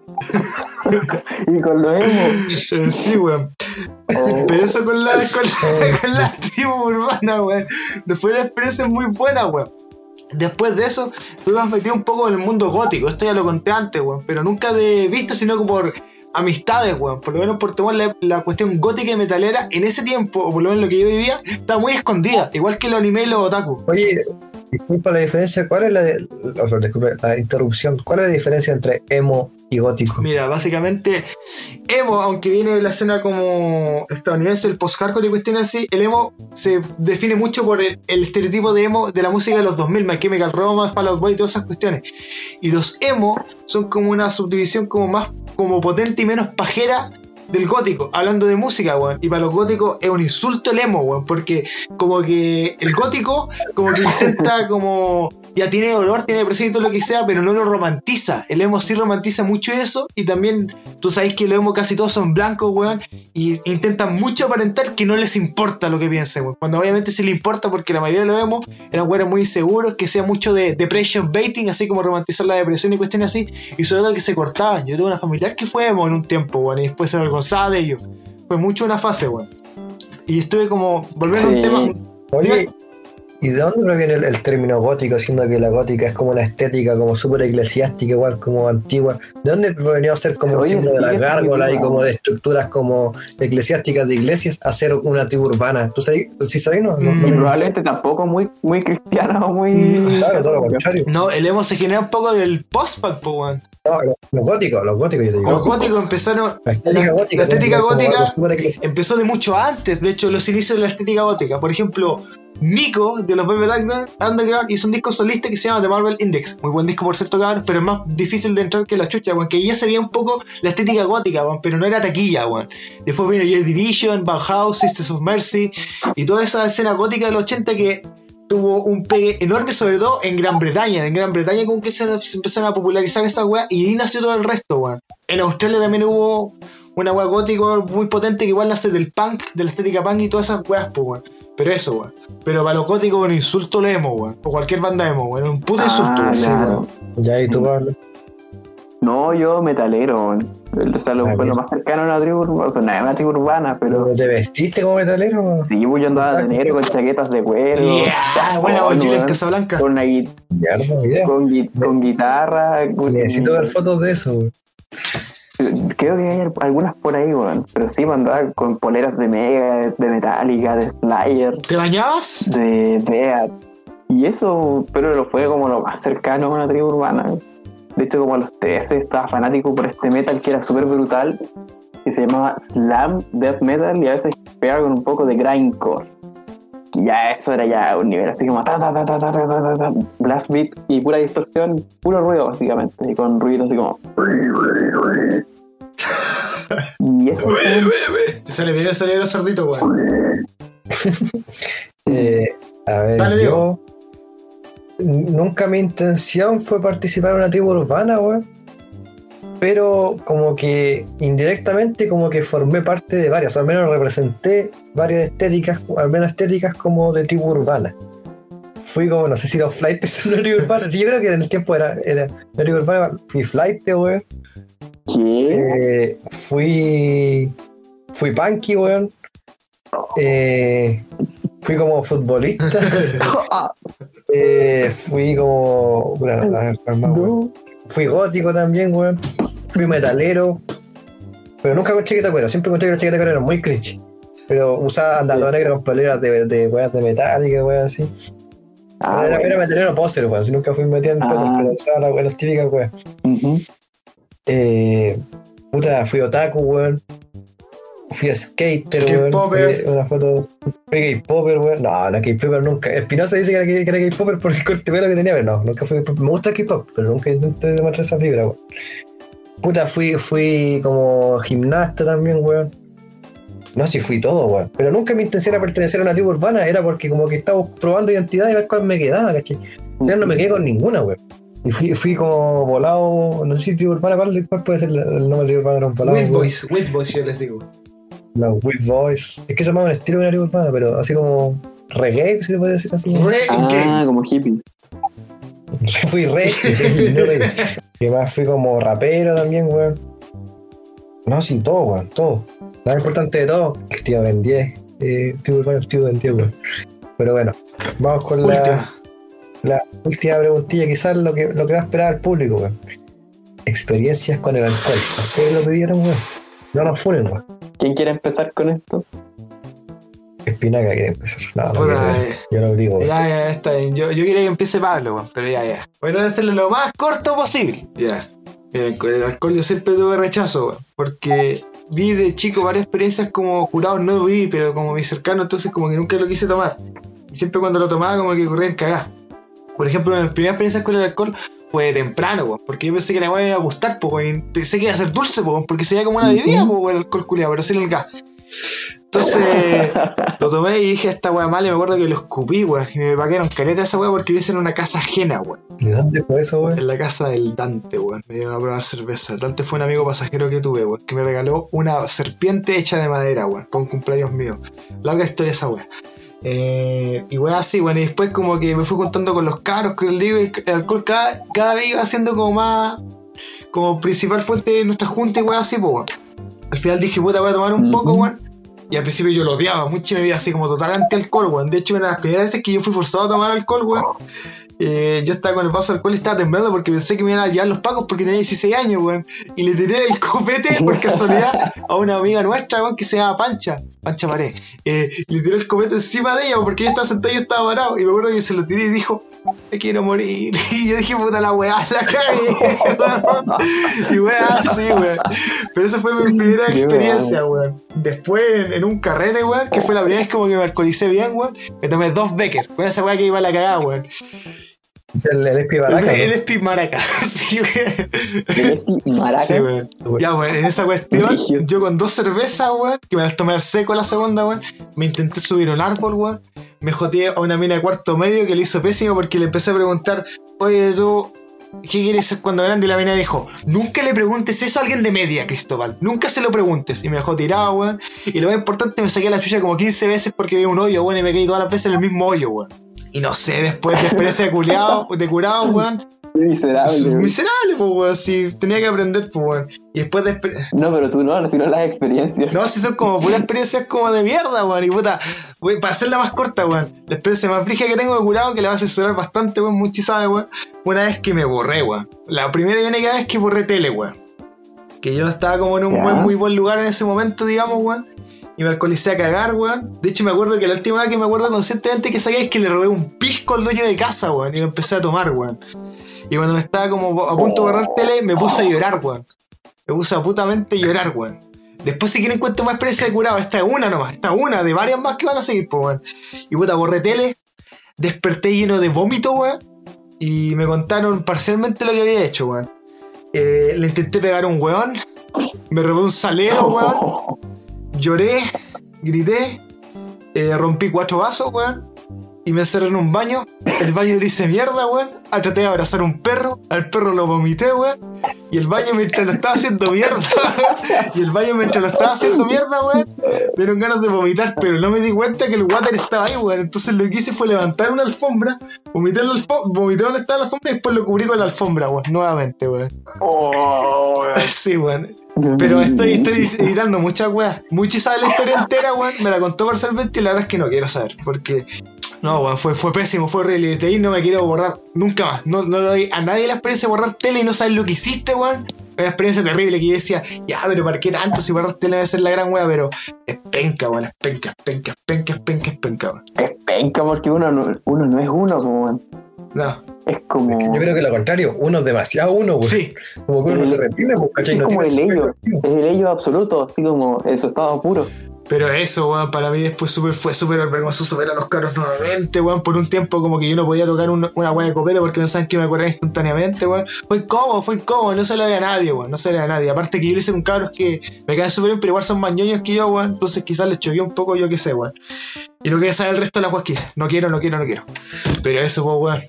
Y con lo emo. Sí, weón. Oh. Pero eso con la, con la, con la tribu urbana, weón. Después la experiencia es muy buena, weón. Después de eso, me más metido un poco en el mundo gótico. Esto ya lo conté antes, weón. Pero nunca de vista, sino que por amistades, weón. Por lo menos por tomar la, la cuestión gótica y metalera en ese tiempo, o por lo menos lo que yo vivía, estaba muy escondida. Igual que los anime y los otaku. Oye, disculpa la diferencia. ¿Cuál es la, de, o sea, disculpa, la interrupción? ¿Cuál es la diferencia entre emo y gótico? Mira, básicamente, emo, aunque viene de la escena como estadounidense, el post-hardcore y cuestiones así, el emo se define mucho por el, el estereotipo de emo de la música de los dos mil, My Chemical Romance, Fall Out Boy y todas esas cuestiones. Y los emo son como una subdivisión como más como potente y menos pajera del gótico, hablando de música, weón. Y para los góticos es un insulto el emo, weón, porque como que el gótico como que intenta como, ya tiene dolor, tiene depresión y todo lo que sea, pero no lo romantiza. El emo sí romantiza mucho eso, y también tú sabes que los emo casi todos son blancos, weón, y intentan mucho aparentar que no les importa lo que piensen, weón, cuando obviamente sí le importa, porque la mayoría de los emo eran weones muy inseguros, que sea mucho de depression baiting, así como romantizar la depresión y cuestiones así, y sobre todo que se cortaban. Yo tuve una familiar que fue emo en un tiempo, weón, y después se avergonzaba de ello. Fue mucho una fase, weón. Y estuve como volviendo sí. a un tema. Oye, ¿y de dónde proviene el, el término gótico? Siendo que la gótica es como una estética como súper eclesiástica, igual como antigua. ¿De dónde provenía a ser como Oye, símbolo sí, de las gárgolas y como de estructuras como eclesiásticas de iglesias a ser una tribu urbana? ¿Tú sabes? ¿Sí sabes? No, no, y no, probablemente tampoco muy, muy cristiana o muy... Claro, todo lo contrario. No, el emo se genera un poco del post-punk, po, weón. No, los góticos, los góticos yo te digo. Los góticos empezaron. La estética la, gótica, la estética gótica empezó de mucho antes. De hecho, los inicios de la estética gótica. Por ejemplo, Nico de los Velvet Underground hizo un disco solista que se llama The Marvel Index. Muy buen disco, por cierto, cabrón, pero es más difícil de entrar que la chucha, weón. Que ya se veía un poco la estética gótica, weón, pero no era taquilla, weón. Después vino Joy Division, Bauhaus, Sisters of Mercy y toda esa escena gótica del ochenta que tuvo un pegue enorme, sobre todo en Gran Bretaña. En Gran Bretaña como que se, se empezaron a popularizar esta weá, y ahí nació todo el resto, weón. En Australia también hubo una weá gótica muy potente que igual nace del punk, de la estética punk y todas esas weas, pues, weón. Pero eso, weón. Pero para los góticos un insulto le emo, weón. O cualquier banda emo, weón. Un puto ah, insulto, claro. Sí, weón. Ya, ¿y tú, Pablo? No, yo metalero, weón. O sea, lo, pues, lo más cercano a una tribu urbana, pues no es una tribu urbana, pero... ¿Te vestiste como metalero? Sí, pues yo andaba de negro con chaquetas de cuero. Yeah, buena mochila en Casablanca. Con, una gui- yeah, con, gui- con guitarra. Con... Necesito ver fotos de eso, weón. Creo que hay algunas por ahí, weón. Pero sí, me andaba con poleras de Mega, de Metallica, de Slayer. ¿Te bañabas? De Death. Y eso, pero lo fue como lo más cercano a una tribu urbana. De hecho, como a los trece estaba fanático por este metal que era súper brutal, que se llamaba Slam Death Metal, y a veces pegaba con un poco de grindcore. Y ya eso era ya un nivel así como ta ta ta ta ta ta ta ta, blast beat y pura distorsión, puro ruido básicamente, y con ruido así como... Y eso... Te sale bien el sonido sordito, weón. eh, a ver, Dale, yo... Diego. Nunca mi intención fue participar en una tribu urbana, weón. Pero como que indirectamente como que formé parte de varias, o al menos representé varias estéticas, al menos estéticas como de tribu urbana. Fui como, no sé si los flight es una tribu urbana. Sí, yo creo que en el tiempo era, era una tribu urbana. Fui flight, weón. ¿Qué? Eh, fui... Fui punky, weón. Eh, fui como futbolista. Eh, fui como... Bueno, a ver, calma, weón. Fui gótico también, weón. Fui metalero. Pero nunca con chaqueta de cuero. Siempre con chaqueta de cuero era muy cringe. Pero usaba andador negra con poleras de, de weas de metálica, weón, así. Ah, era, bueno. era metalero poser, weón. Si nunca fui metido en Ah. petas, pero usaba las, las típicas, weón. Uh-huh. Eh, puta, fui otaku, weón. Fui skater, weón. K-popper. Eh, una foto. Fui K-popper, weón. No, no, K-popper nunca. Espinosa dice que era, que era K-popper por el corte de pelo que tenía, pero no, nunca fui. Me gusta el K-pop, pero nunca intenté demostrar esa fibra, weón. Puta, fui, fui como gimnasta también, weón. No, sí fui todo, weón. Pero nunca mi intención era pertenecer a una tribu urbana, era porque como que estaba probando identidad y ver cuál me quedaba, ¿cachai? Al final no me quedé con ninguna, weón. Y fui, fui como volado, no sé si tribu urbana, ¿cuál, cuál puede ser el nombre de tribu urbana de los volados? With Boys, With Boys yo les digo. Los With Boys. Es que se llama un estilo de una tribu urbana, pero así como reggae, si se puede decir así. Reggae. Ah, como hippie. Fui reggae, no reggae. Que más fui como rapero también, weón. No, sin todo, weón, todo. Lo más importante de todo, el tío Ben diez. Eh, tío urbano, el tío Ben diez, weón. Pero bueno, vamos con la Última. la última preguntilla, quizás lo que, lo que va a esperar al público, weón. Experiencias con el alcohol. ¿Ustedes lo pidieron, weón? No nos funen, weón. ¿Quién quiere empezar con esto? Espinaca quiere empezar. No, no Puta, quiere, eh. yo lo digo, weón. Ya, ya, está bien. Yo, yo quería que empiece Pablo, weón, pero ya, ya. Voy a hacerlo lo más corto posible. Ya. Mira, con el alcohol yo siempre tuve rechazo, weón, porque vi de chico varias experiencias como curados, no vi, pero como mi cercano, entonces como que nunca lo quise tomar. Y siempre cuando lo tomaba como que ocurría en cagar. Por ejemplo, una de mis primeras experiencias con el alcohol fue de temprano, weón, porque yo pensé que la weá me iba a gustar, pues, weón, pensé que iba a ser dulce, pues, porque se veía como una bebida, pues, weón, el alcohol culiado, pero sin el gas. Entonces lo tomé y dije, esta weá mala, y me acuerdo que lo escupí, weón, y me paquearon caleta esa weá porque vive en una casa ajena, weón. ¿De dónde fue eso, weón? En la casa del Dante, weón. Me dieron a probar cerveza. Dante fue un amigo pasajero que tuve, weón, que me regaló una serpiente hecha de madera, weón, para un cumpleaños mío. Larga historia esa weá. Eh, y weón así, weón. Y después como que me fui juntando con los caros, con el digo, y el alcohol cada, cada vez iba siendo como más, como principal fuente de nuestra junta y weón así, pues, weón. Al final dije, puta, voy a tomar un poco, weón. Y al principio yo lo odiaba mucho y me veía así como total anti-alcohol, weón. De hecho, una de las primeras veces que yo fui forzado a tomar alcohol, weón, eh, yo estaba con el vaso de alcohol y estaba temblando porque pensé que me iban a llevar los pacos porque tenía dieciséis años, weón. Y le tiré el copete por casualidad a una amiga nuestra, weón, que se llama Pancha. Pancha Pared. Eh, le tiré el copete encima de ella porque ella estaba sentada y yo estaba parado. Y me acuerdo que se lo tiré y dijo, me quiero morir. Y yo dije, puta la weá, la cagué. Y weá, así, weón. Pero esa fue mi primera experiencia, weón. Después, en, en un carrete, weón, que fue la primera vez como que me alcoholicé bien, weón, me tomé dos Becker. Con esa weá que iba a la cagada, weón. El, el Espi Maraca. El, el ¿no? Espi Maraca. Sí, weón. El Espi Maraca. Sí, weón. Ya, weón, en esa cuestión, yo con dos cervezas, weón, que me las tomé al seco la segunda, weón, me intenté subir a un árbol, weón. Me joteé a una mina de cuarto medio que le hizo pésimo porque le empecé a preguntar, oye, tú, ¿qué quieres ser cuando grande? Y la mina dijo, nunca le preguntes eso a alguien de media, Cristóbal. Nunca se lo preguntes. Y me dejó tirado, weón. Y lo más importante, me saqué la chucha como quince veces porque había un hoyo, weón, y me caí todas las veces en el mismo hoyo, weón. Y no sé, después de experiencia de culiado, de curado, weón. Miserable, weón. Miserable, pues, weón. Si tenía que aprender, pues, weón. Y después de exper- No, pero tú no, sino las experiencias. No, si son como puras experiencias como de mierda, weón. Y puta, weón, para hacerla más corta, weón, la experiencia más brígida que tengo de curado, que la va a censurar bastante, weón, muy chisada, weón. Una vez que me borré, weón. La primera y única vez que borré tele, weón. Que yo no estaba como en un ¿Ya? buen, muy buen lugar en ese momento, digamos, weón. Y me alcoholicé a cagar, weón. De hecho, me acuerdo que la última vez que me acuerdo conscientemente que saqué es que le robé un pisco al dueño de casa, weón. Y lo empecé a tomar, weón. Y cuando me estaba como a punto de borrar tele, me puse a llorar, weón. Me puse a putamente llorar, weón. Después si quieren cuento más experiencia de curado. Esta es una nomás, esta es una de varias más que van a seguir, pues, weón. Y puta, borré tele, desperté lleno de vómito, weón. Y me contaron parcialmente lo que había hecho, weón. Eh, le intenté pegar a un weón, me robé un salero, weón. Lloré, grité, eh, rompí cuatro vasos, weón. Y me encerré en un baño. El baño le hice mierda, weón. Traté de abrazar a un perro. Al perro lo vomité, weón. Y el baño mientras lo estaba haciendo mierda, weón. Y el baño mientras lo estaba haciendo mierda, weón. Me dieron ganas de vomitar, pero no me di cuenta que el water estaba ahí, weón. Entonces lo que hice fue levantar una alfombra, vomité, en la alfom- vomité donde estaba la alfombra y después lo cubrí con la alfombra, weón. Nuevamente, weón. Oh, weón. Sí, weón. Pero estoy, estoy editando muchas weas. Muchi sabe la historia entera, weón. Me la contó parcialmente y la verdad es que no quiero saber. Porque, no, weón, fue, fue pésimo, fue horrible. De ahí no me quiero borrar nunca más. No, no le doy a nadie la experiencia de borrar tele y no sabes lo que hiciste, weón. Una experiencia terrible que yo decía, ya, pero ¿para qué tanto? Si borrar tele debe ser la gran wea, pero es penca, weón. Es penca, es penca, es penca, es penca, es penca, weón. Es penca porque uno no, uno no es uno, como, weón. No. Es como. Es que yo creo que lo contrario, uno es demasiado uno, güey. Sí. Como que uno no se reprime, pues, ¿cachai? Es No como tiene el su ello, propio- es el ello absoluto, así como en su estado puro. Pero eso, weón, para mí después super, fue súper vergonzoso ver a los caros nuevamente, weón. Por un tiempo como que yo no podía tocar un, una weá de copete porque pensaban que me corrían instantáneamente, weón. Fue incómodo, fue incómodo, no se lo veía a nadie, weón, no se lo veía a nadie. Aparte que yo le hice con cabros que me caen súper bien, pero igual son más ñoños que yo, weón. Entonces quizás les choqué un poco, yo qué sé, weón. Y no quiero saber el resto de las weas que hice. No quiero, no quiero, no quiero. Pero eso, pues, weón.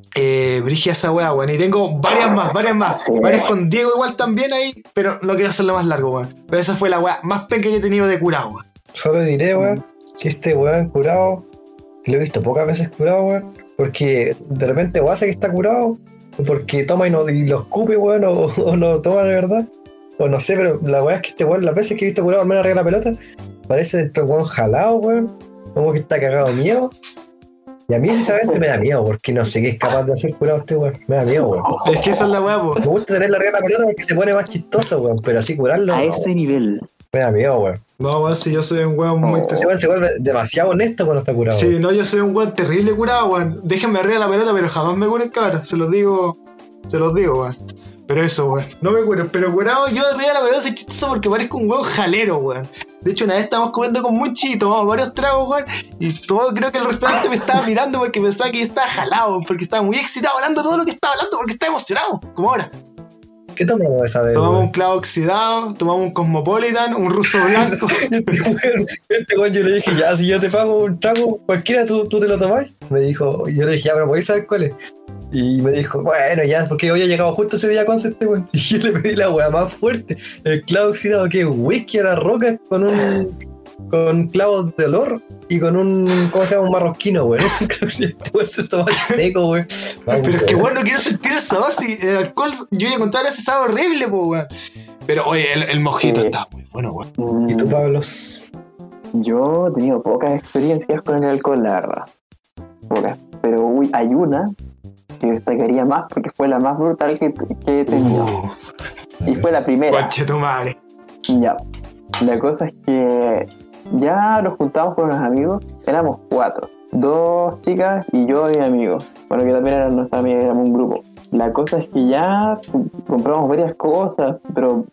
Eh, brigia esa weá, weón. Y tengo varias más, varias más. Sí. Varias con Diego igual también ahí, pero no quiero hacerlo más largo, weón. Pero esa fue la weá más penca que he tenido de curado, weón. Solo diré, weón, que este weón curado, que lo he visto pocas veces curado, weón, porque de repente o hace que está curado, o porque toma y, no, y lo escupe, weón, o, o no toma de verdad, o no sé, pero la weá es que este weón, las veces que he visto curado al menos arriba de la pelota, parece dentro weón jalado, weón, como que está cagado de miedo. Y a mí sinceramente me da miedo, porque no sé qué es capaz de hacer curado este weón, me da miedo, weón. Es que esa es la weá, po. Me gusta tenerlo arriba de la pelota porque se pone más chistoso, weón, pero así curarlo, A no, ese weón. nivel. Me da miedo, weón. No, weón, si yo soy un weón muy Oh. Este weón se vuelve demasiado honesto cuando está curado. Sí, no, yo soy un weón terrible curado, weón. Déjenme arriba de la pelota, pero jamás me curen, cabrón. Se los digo, se los digo, weón. Pero eso, weón. No me curen, pero curado yo arriba de la pelota soy chistoso porque parezco un weón jalero, weón. De hecho, una vez estábamos comiendo con Munchi y tomamos varios tragos, weón. Y todo, creo que el restaurante me estaba mirando porque pensaba que yo estaba jalado, porque estaba muy excitado hablando todo lo que estaba hablando, porque estaba emocionado, como ahora. ¿Qué tomamos esa vez? Tomamos weón? un clavo oxidado, tomamos un Cosmopolitan, un ruso blanco. Este weón, este weón, yo le dije, ya, si yo te pago un trago cualquiera, ¿tú, tú te lo tomás? Me dijo, yo le dije, ya, pero ¿podéis saber cuál es? Y me dijo, bueno, ya, porque yo había llegado justo ese día con este weón. Y yo le pedí la weá más fuerte, el clavo oxidado, que es whisky a la roca con un... con clavos de olor y con un, ¿cómo se llama? Un marrosquino, weón. Es un clavo oxidado, este weón se toma seco, weón. Pero es que, weón, no quiero sentir esa base. El alcohol, yo ya contar ese sabe horrible, po, weón. Pero, oye, el, el mojito Sí. está muy bueno, weón. ¿Y tú, Mm, Pablos? Yo he tenido pocas experiencias con el alcohol, la verdad. Pocas. Pero uy, hay una que destacaría más porque fue la más brutal que, que he tenido. Uh, Y fue la primera. Conche tu madre. Ya. La cosa es que ya nos juntamos con unos amigos. Éramos cuatro. Dos chicas y yo y mi amigo. Bueno, que también eran nuestra amiga, éramos un grupo. La cosa es que ya compramos varias cosas, pero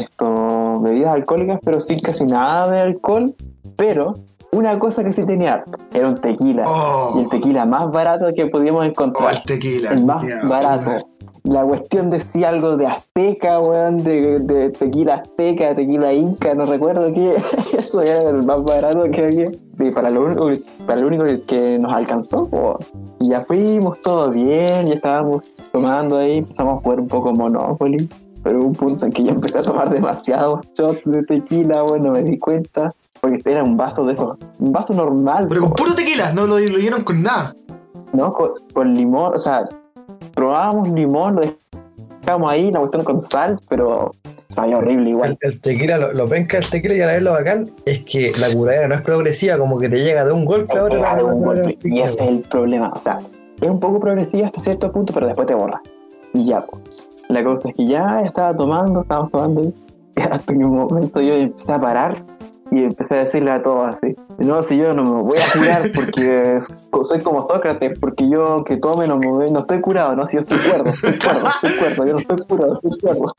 esto, bebidas alcohólicas, pero sin casi nada de alcohol. Pero una cosa que sí tenía harto, era un tequila. Oh. Y el tequila más barato que podíamos Oh, encontrar. el tequila. El más Ya, barato. weón. La cuestión decía algo de azteca, weón, de, de tequila azteca, tequila inca, no recuerdo qué. Eso era el más barato que había. Y para lo único, para lo único que nos alcanzó, po. Y ya fuimos, todo bien, ya estábamos tomando ahí, empezamos a jugar un poco Monopoly. Pero hubo un punto en que yo empecé a tomar demasiados shots de tequila, weón, no me di cuenta. Porque era un vaso de esos, un vaso normal. Pero con po. puro tequila, no lo, lo dieron con nada. ¿No? Con, con limón, o sea, probábamos limón, lo dejábamos ahí, la cuestión con sal, pero sabía horrible igual. El, el tequila, lo, lo penca del tequila y a la vez lo bacán es que la curadera no es progresiva, como que te llega de un golpe a otro. Pega de un golpe, y ese es el problema, o sea, es un poco progresiva hasta cierto punto, pero después te borra. Y ya, pues. La cosa es que ya estaba tomando, estábamos tomando, y hasta que un momento yo empecé a parar y empecé a decirle a todos así: no, si yo no me voy a curar porque soy como Sócrates, porque yo aunque tome no, me, no estoy curado, no, si yo estoy cuerdo, estoy cuerdo, estoy cuerdo, yo no estoy curado, estoy cuerdo.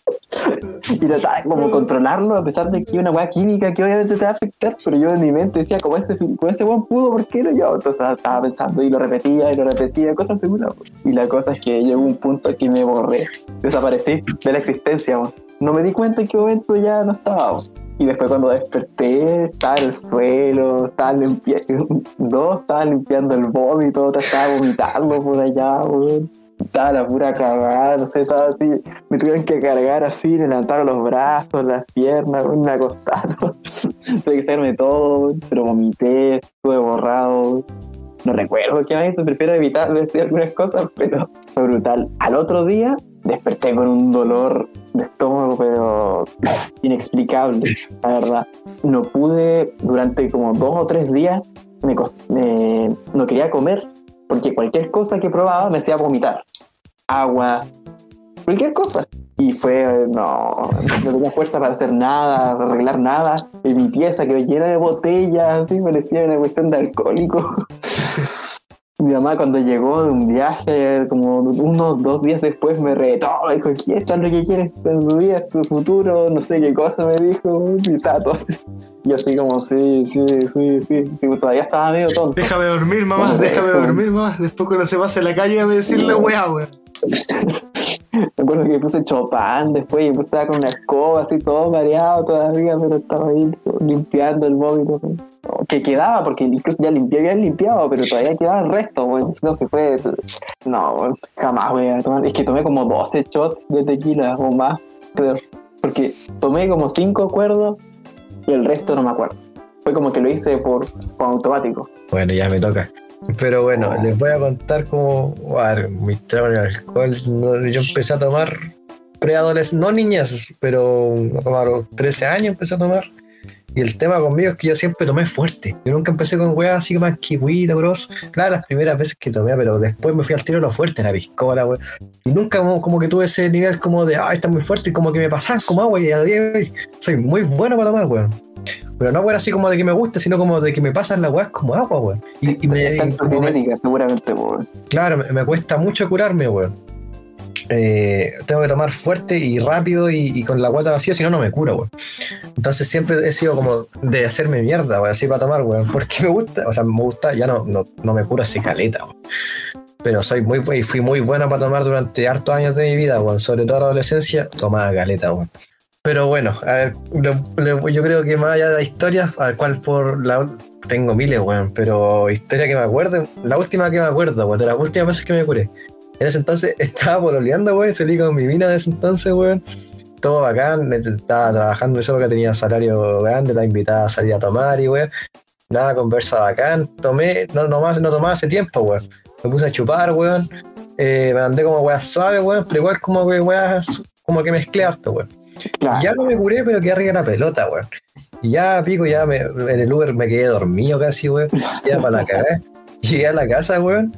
Y trataba como controlarlo, a pesar de que hay una weá química que obviamente te va a afectar, pero yo en mi mente decía, como ese, como ese weón pudo, ¿por qué no yo? Entonces estaba pensando y lo repetía y lo repetía, cosas figuras. Y la cosa es que llegó un punto que me borré, desaparecí de la existencia, weón. No me di cuenta en qué momento ya no estaba, weón. Y después cuando desperté, estaba en el suelo, estaba limpiando, dos estaban limpiando el vómito, otra estaba vomitando por allá, weón. Estaba la pura cagada, no sé, estaba así, me tuvieron que cargar así, me levantaron los brazos, las piernas, weón, me acostaron. Tuve que hacerme todo, weón, pero vomité, estuve borrado, weón. No recuerdo qué me hizo, prefiero evitar decir algunas cosas, pero fue brutal. Al otro día desperté con un dolor de estómago, pero inexplicable, la verdad. No pude, durante como dos o tres días, me cost- me, no quería comer, porque cualquier cosa que probaba me hacía vomitar. Agua, cualquier cosa. Y fue, no, no tenía fuerza para hacer nada, arreglar nada. En mi pieza quedó llena de botellas, así parecía una cuestión de alcohólico. Mi mamá cuando llegó de un viaje, como unos dos días después me retó, me dijo, ¿qué es lo que quieres en tu vida, es tu futuro? No sé qué cosa me dijo, y estaba todo. Y así como, sí, sí, sí, sí, sí, todavía estaba medio tonto. Déjame dormir, mamá, Bueno, déjame eso. dormir, mamá. Después cuando se pase en la calle me decirle weá, weón. Me acuerdo que puse Chopin después y estaba con una escoba así todo mareado todavía, pero estaba ahí limpiando el vómito. No, que quedaba, porque incluso ya limpié, había limpiado, pero todavía quedaba el resto, güey. No se fue. No, güey, jamás voy a tomar. Es que tomé como doce shots de tequila o más, creo. Porque tomé como cinco acuerdos y el resto no me acuerdo. Fue como que lo hice por, por automático. Bueno, ya me toca. Pero bueno, les voy a contar cómo, a ver, mis tragos de alcohol. No, yo empecé a tomar preadolescente, no niñas, pero como a los trece años empecé a tomar. Y el tema conmigo es que yo siempre tomé fuerte. Yo nunca empecé con weas así más kiwita, grosso. Claro, las primeras veces que tomé, pero después me fui al tiro a lo fuerte, la piscola, wea. Y nunca como, como que tuve ese nivel como de, ay, está muy fuerte, y como que me pasaban como agua. Y a día de hoy soy muy bueno para tomar, weón. Pero no, weón, así como de que me guste, sino como de que me pasan las weas como agua, weón. Y, y me, Está en tu como me- genética, seguramente, güey. Claro, me, me cuesta mucho curarme, weón. Eh, tengo que tomar fuerte y rápido y, y con la guata vacía, si no, no me curo, weón. Entonces siempre he sido como de hacerme mierda, weón, así para tomar, weón. Porque me gusta, o sea, me gusta, ya no, no, no me curo así caleta, weón. Pero soy muy, y fui muy bueno para tomar durante hartos años de mi vida, weón. Sobre todo la adolescencia, tomaba caleta, weón. Pero bueno, a ver, lo- lo- yo creo que más allá de la historia, a ver cuál por la. Tengo miles, weón, pero historia que me acuerdo, la última que me acuerdo, weón, de las últimas veces que me curé. En ese entonces estaba pololeando, weón, salí con mi mina de ese entonces, weón. Todo bacán, estaba trabajando en eso porque tenía salario grande, la invitaba a salir a tomar y weón. Nada, conversa bacán. Tomé, no, no, más, no tomaba hace tiempo, weón. Me puse a chupar, weón. Eh, me mandé como weas suaves, weón, pero igual como que weas, como que mezclé harto, weón. Claro. Y ya no me curé, pero quedé arriba de la pelota, weón. Y ya pico, ya me, en el Uber me quedé dormido casi, weón. Ya para la cagada. Llegué a la casa, weón.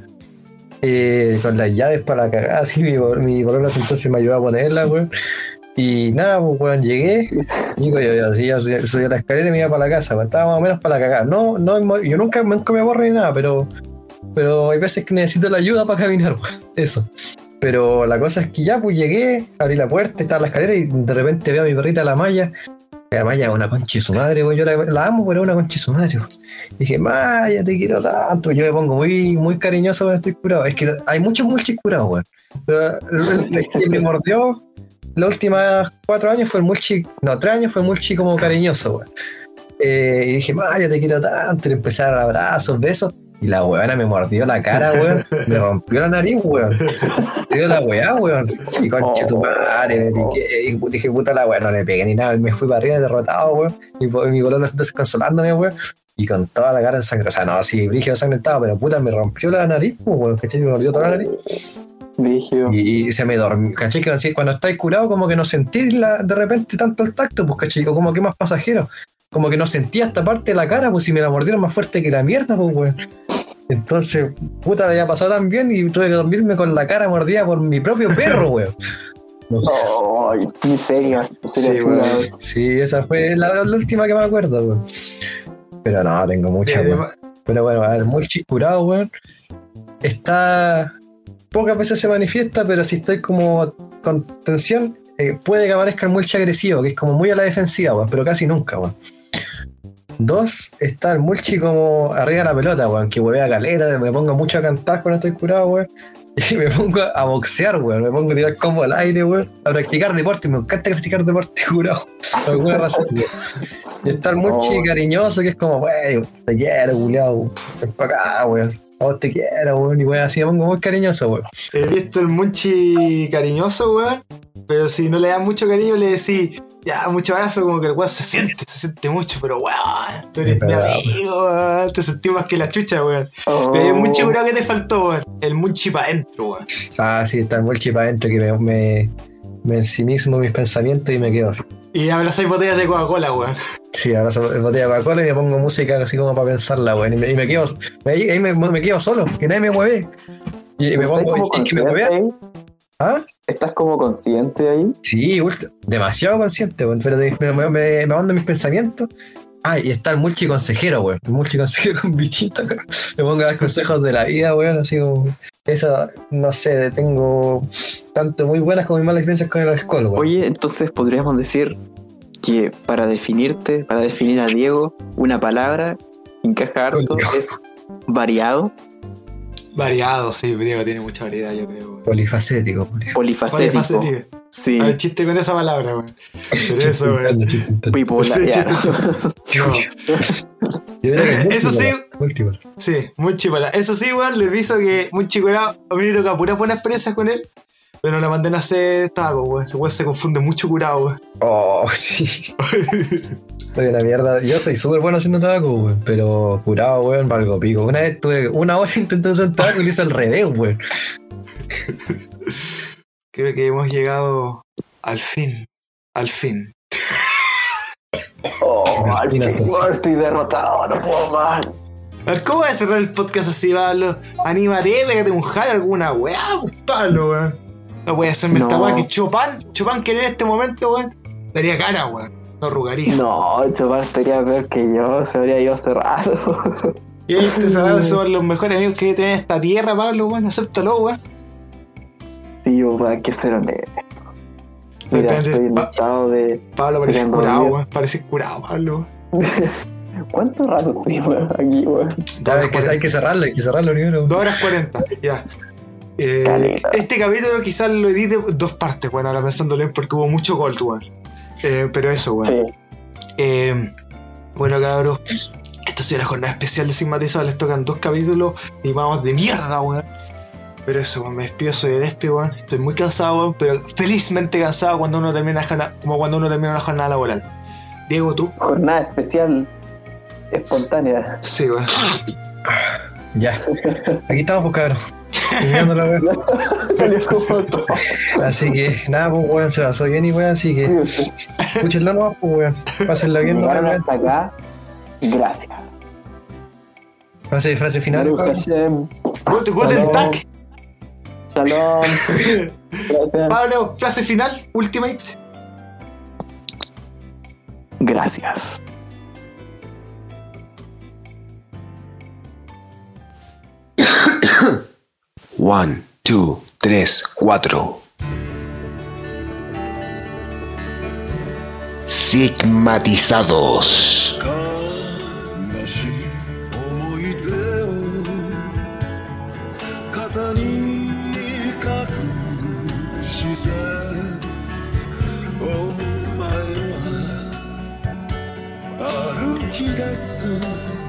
Eh, con las llaves para la cagada, así mi, mi polola entonces me ayudó a ponerla, weón. Y nada, pues weón, llegué. Digo, yo, yo, yo, yo subí a la escalera y me iba para la casa, weón. Estaba más o menos para la cagada. No, no, yo nunca, nunca me borro ni nada, pero, pero hay veces que necesito la ayuda para caminar, weón. Eso. Pero la cosa es que ya, pues llegué, abrí la puerta, estaba en la escalera y de repente veo a mi perrita, la Maya. La Maya es una concha de su madre, güey. Yo la, la amo, pero es una concha de su madre, güey. Dije, Maya, te quiero tanto. Yo me pongo muy, muy cariñoso cuando estoy curado. Es que hay muchos mulchis curados, güey. Pero el, el que me mordió los últimos cuatro años fue el mulchi, no, tres años fue el mulchi como cariñoso, güey. Eh, y dije, Maya, te quiero tanto. Le empecé a dar abrazos, besos. Y la weona me mordió la cara, weón. Me rompió la nariz, weón. Me dio la weá, weón. Y conche tu madre, me piqué. Y dije, puta la weá, no le pegué ni nada. Me fui para arriba derrotado, weón. Y po- mi color entonces consolándome, weón. Y con toda la cara en sangre. O sea, no, sí, brígido ensangrentado, pero puta, me rompió la nariz, pues, weón. ¿Cachai? Me mordió toda la nariz. Rígido. Y, y se me dormió. ¿Cachai? Que así, cuando estáis curado, como que no sentís la, de repente tanto el tacto, pues, ¿cachai? O como que más pasajero. Como que no sentía esta parte de la cara, pues si me la mordieron más fuerte que la mierda, pues, weón. Entonces, puta, le había pasado tan bien y tuve que dormirme con la cara mordida por mi propio perro, weón. Ay, miseria. Miseria Sí, pura, weón. güey. Sí, esa fue la, la última que me acuerdo, weón. Pero no, tengo muchas, Eh, weón. Pero bueno, a ver, mulchi curado, weón. Está. Pocas veces se manifiesta, pero si estoy como con tensión, eh, puede que aparezca el mulchi agresivo, que es como muy a la defensiva, weón, pero casi nunca, weón. Dos, está el mulchi como arriba de la pelota, weón, que huevea caleta, me pongo mucho a cantar cuando estoy curado, weón. Y me pongo a boxear, weón, me pongo a tirar combo al aire, weón, a practicar deporte, me encanta practicar deporte curado, por alguna razón, weón. Y está el mulchi Oh. cariñoso, que es como, weón, te quiero, culiao, ven para acá, weón. A vos te quiero, weón, y weón, así me pongo muy cariñoso, weón. He visto el Munchi cariñoso, weón. Pero si no le das mucho cariño, le decís, ya, mucho abrazo, como que el weón se siente, se siente mucho, pero weón, tú eres Es mi verdad, amigo, weón, te sentí más que la chucha, weón. Oh. Pero el Munchi curado que te faltó, weón. El Munchi pa' adentro, weón. Ah, sí, está el mulchi para adentro, que me, me, me ensimismo mis pensamientos y me quedo así. Y abrazáis botellas de Coca-Cola, weón. Sí, ahora botella de Coca-Cola y me pongo música así como para pensarla, weón. Y me, y me quedo, me, ahí me, me quedo solo, que nadie me mueve. Y, y me ¿Estás pongo, como y, y que me consciente mueve. ahí? ¿Ah? ¿Estás como consciente ahí? Sí, ultra- demasiado consciente, weón. Pero de- me, me, me, me mando mis pensamientos Ah, y está el multiconsejero, weón. El multiconsejero con bichito. Le pongo a dar consejos de la vida, weón. Así como. Esa, no sé, tengo tanto muy buenas como muy malas experiencias con el alcohol, weón. Oye, entonces podríamos decir que para definirte, para definir a Diego, una palabra encaja harto, es variado. Variado, sí, Diego tiene mucha variedad, yo creo. Weón. Polifacético, polifacético. Polifacético. Polifacético. Sí. A ver, chiste con esa palabra, weón. Pero eso, weón. Bipolar, Sí, ya. No. Yo diría que Eso sí. múltiple. Sí, muy chipola. Eso sí, weón, les aviso que muy chicolado. A mí me toca puras buenas experiencias con él. Pero no la mandé a hacer taco, weón. El weón se confunde mucho curado, weón. Oh, sí. Soy una mierda. Yo soy súper bueno haciendo tabaco, weón. Pero curado, weón, valgo pico. Una vez tuve una hora intentando hacer tabaco y lo hice al revés, weón. Creo que hemos llegado al fin. Al fin. Oh, al fin, weón, estoy derrotado, no puedo más. A ver, ¿cómo voy a cerrar el podcast así, Pablo? Anímate, pégate un jale alguna weá, pues, Pablo, weón. No voy a hacerme No. esta weá que Chopin, Chopin que en este momento, weón, daría cara, weón. No arrugaría. No, Chopin estaría peor que yo, se habría ido hace rato. Y este sabrán somos los mejores amigos que tiene esta tierra, Pablo, weón. Acéptalo, weón. Sí, weón, hay que ser honesto. Mira, Espérate, estoy en Pa- estado de... Pablo parece Tengo curado, miedo. weón. Parece curado, Pablo. ¿Cuánto rato estoy weón, aquí, weón? Ya, hay, que, hay que cerrarlo, hay que cerrarlo primero. Dos horas cuarenta, ya. Eh, Caleta. este capítulo quizás lo edite dos partes, weón, ahora pensándolo bien, porque hubo mucho gold, weón. Eh, pero eso, weón. Sí. Eh, bueno, cabros, esto ha sido la jornada especial de Sigmatizado. Les tocan dos capítulos y vamos de mierda, weón. Pero eso, weón, me despido, soy de Despi, weón. Estoy muy cansado, weón, pero felizmente cansado cuando uno termina, jornada- como cuando uno termina una jornada laboral. Diego, ¿tú? Jornada especial, espontánea. Sí, weón. Ya. Aquí estamos, pues, cabrón. Terminando la weá. Salió como todo. Así que, nada, pues, weón, se pasó bien y weón, así que escúchenlo nomás, pues, weón. Pásenla bien, Llegaron weón. hasta acá, gracias. Frase, frase final, Baruch weón. Hashem. Guten, guten Shalom. Tag. Shalom. Gracias. Pablo, frase final, ultimate. Gracias. One, two, tres, cuatro. Sigmatizados. 悲しい思い出を肩に隠してお前は歩き出す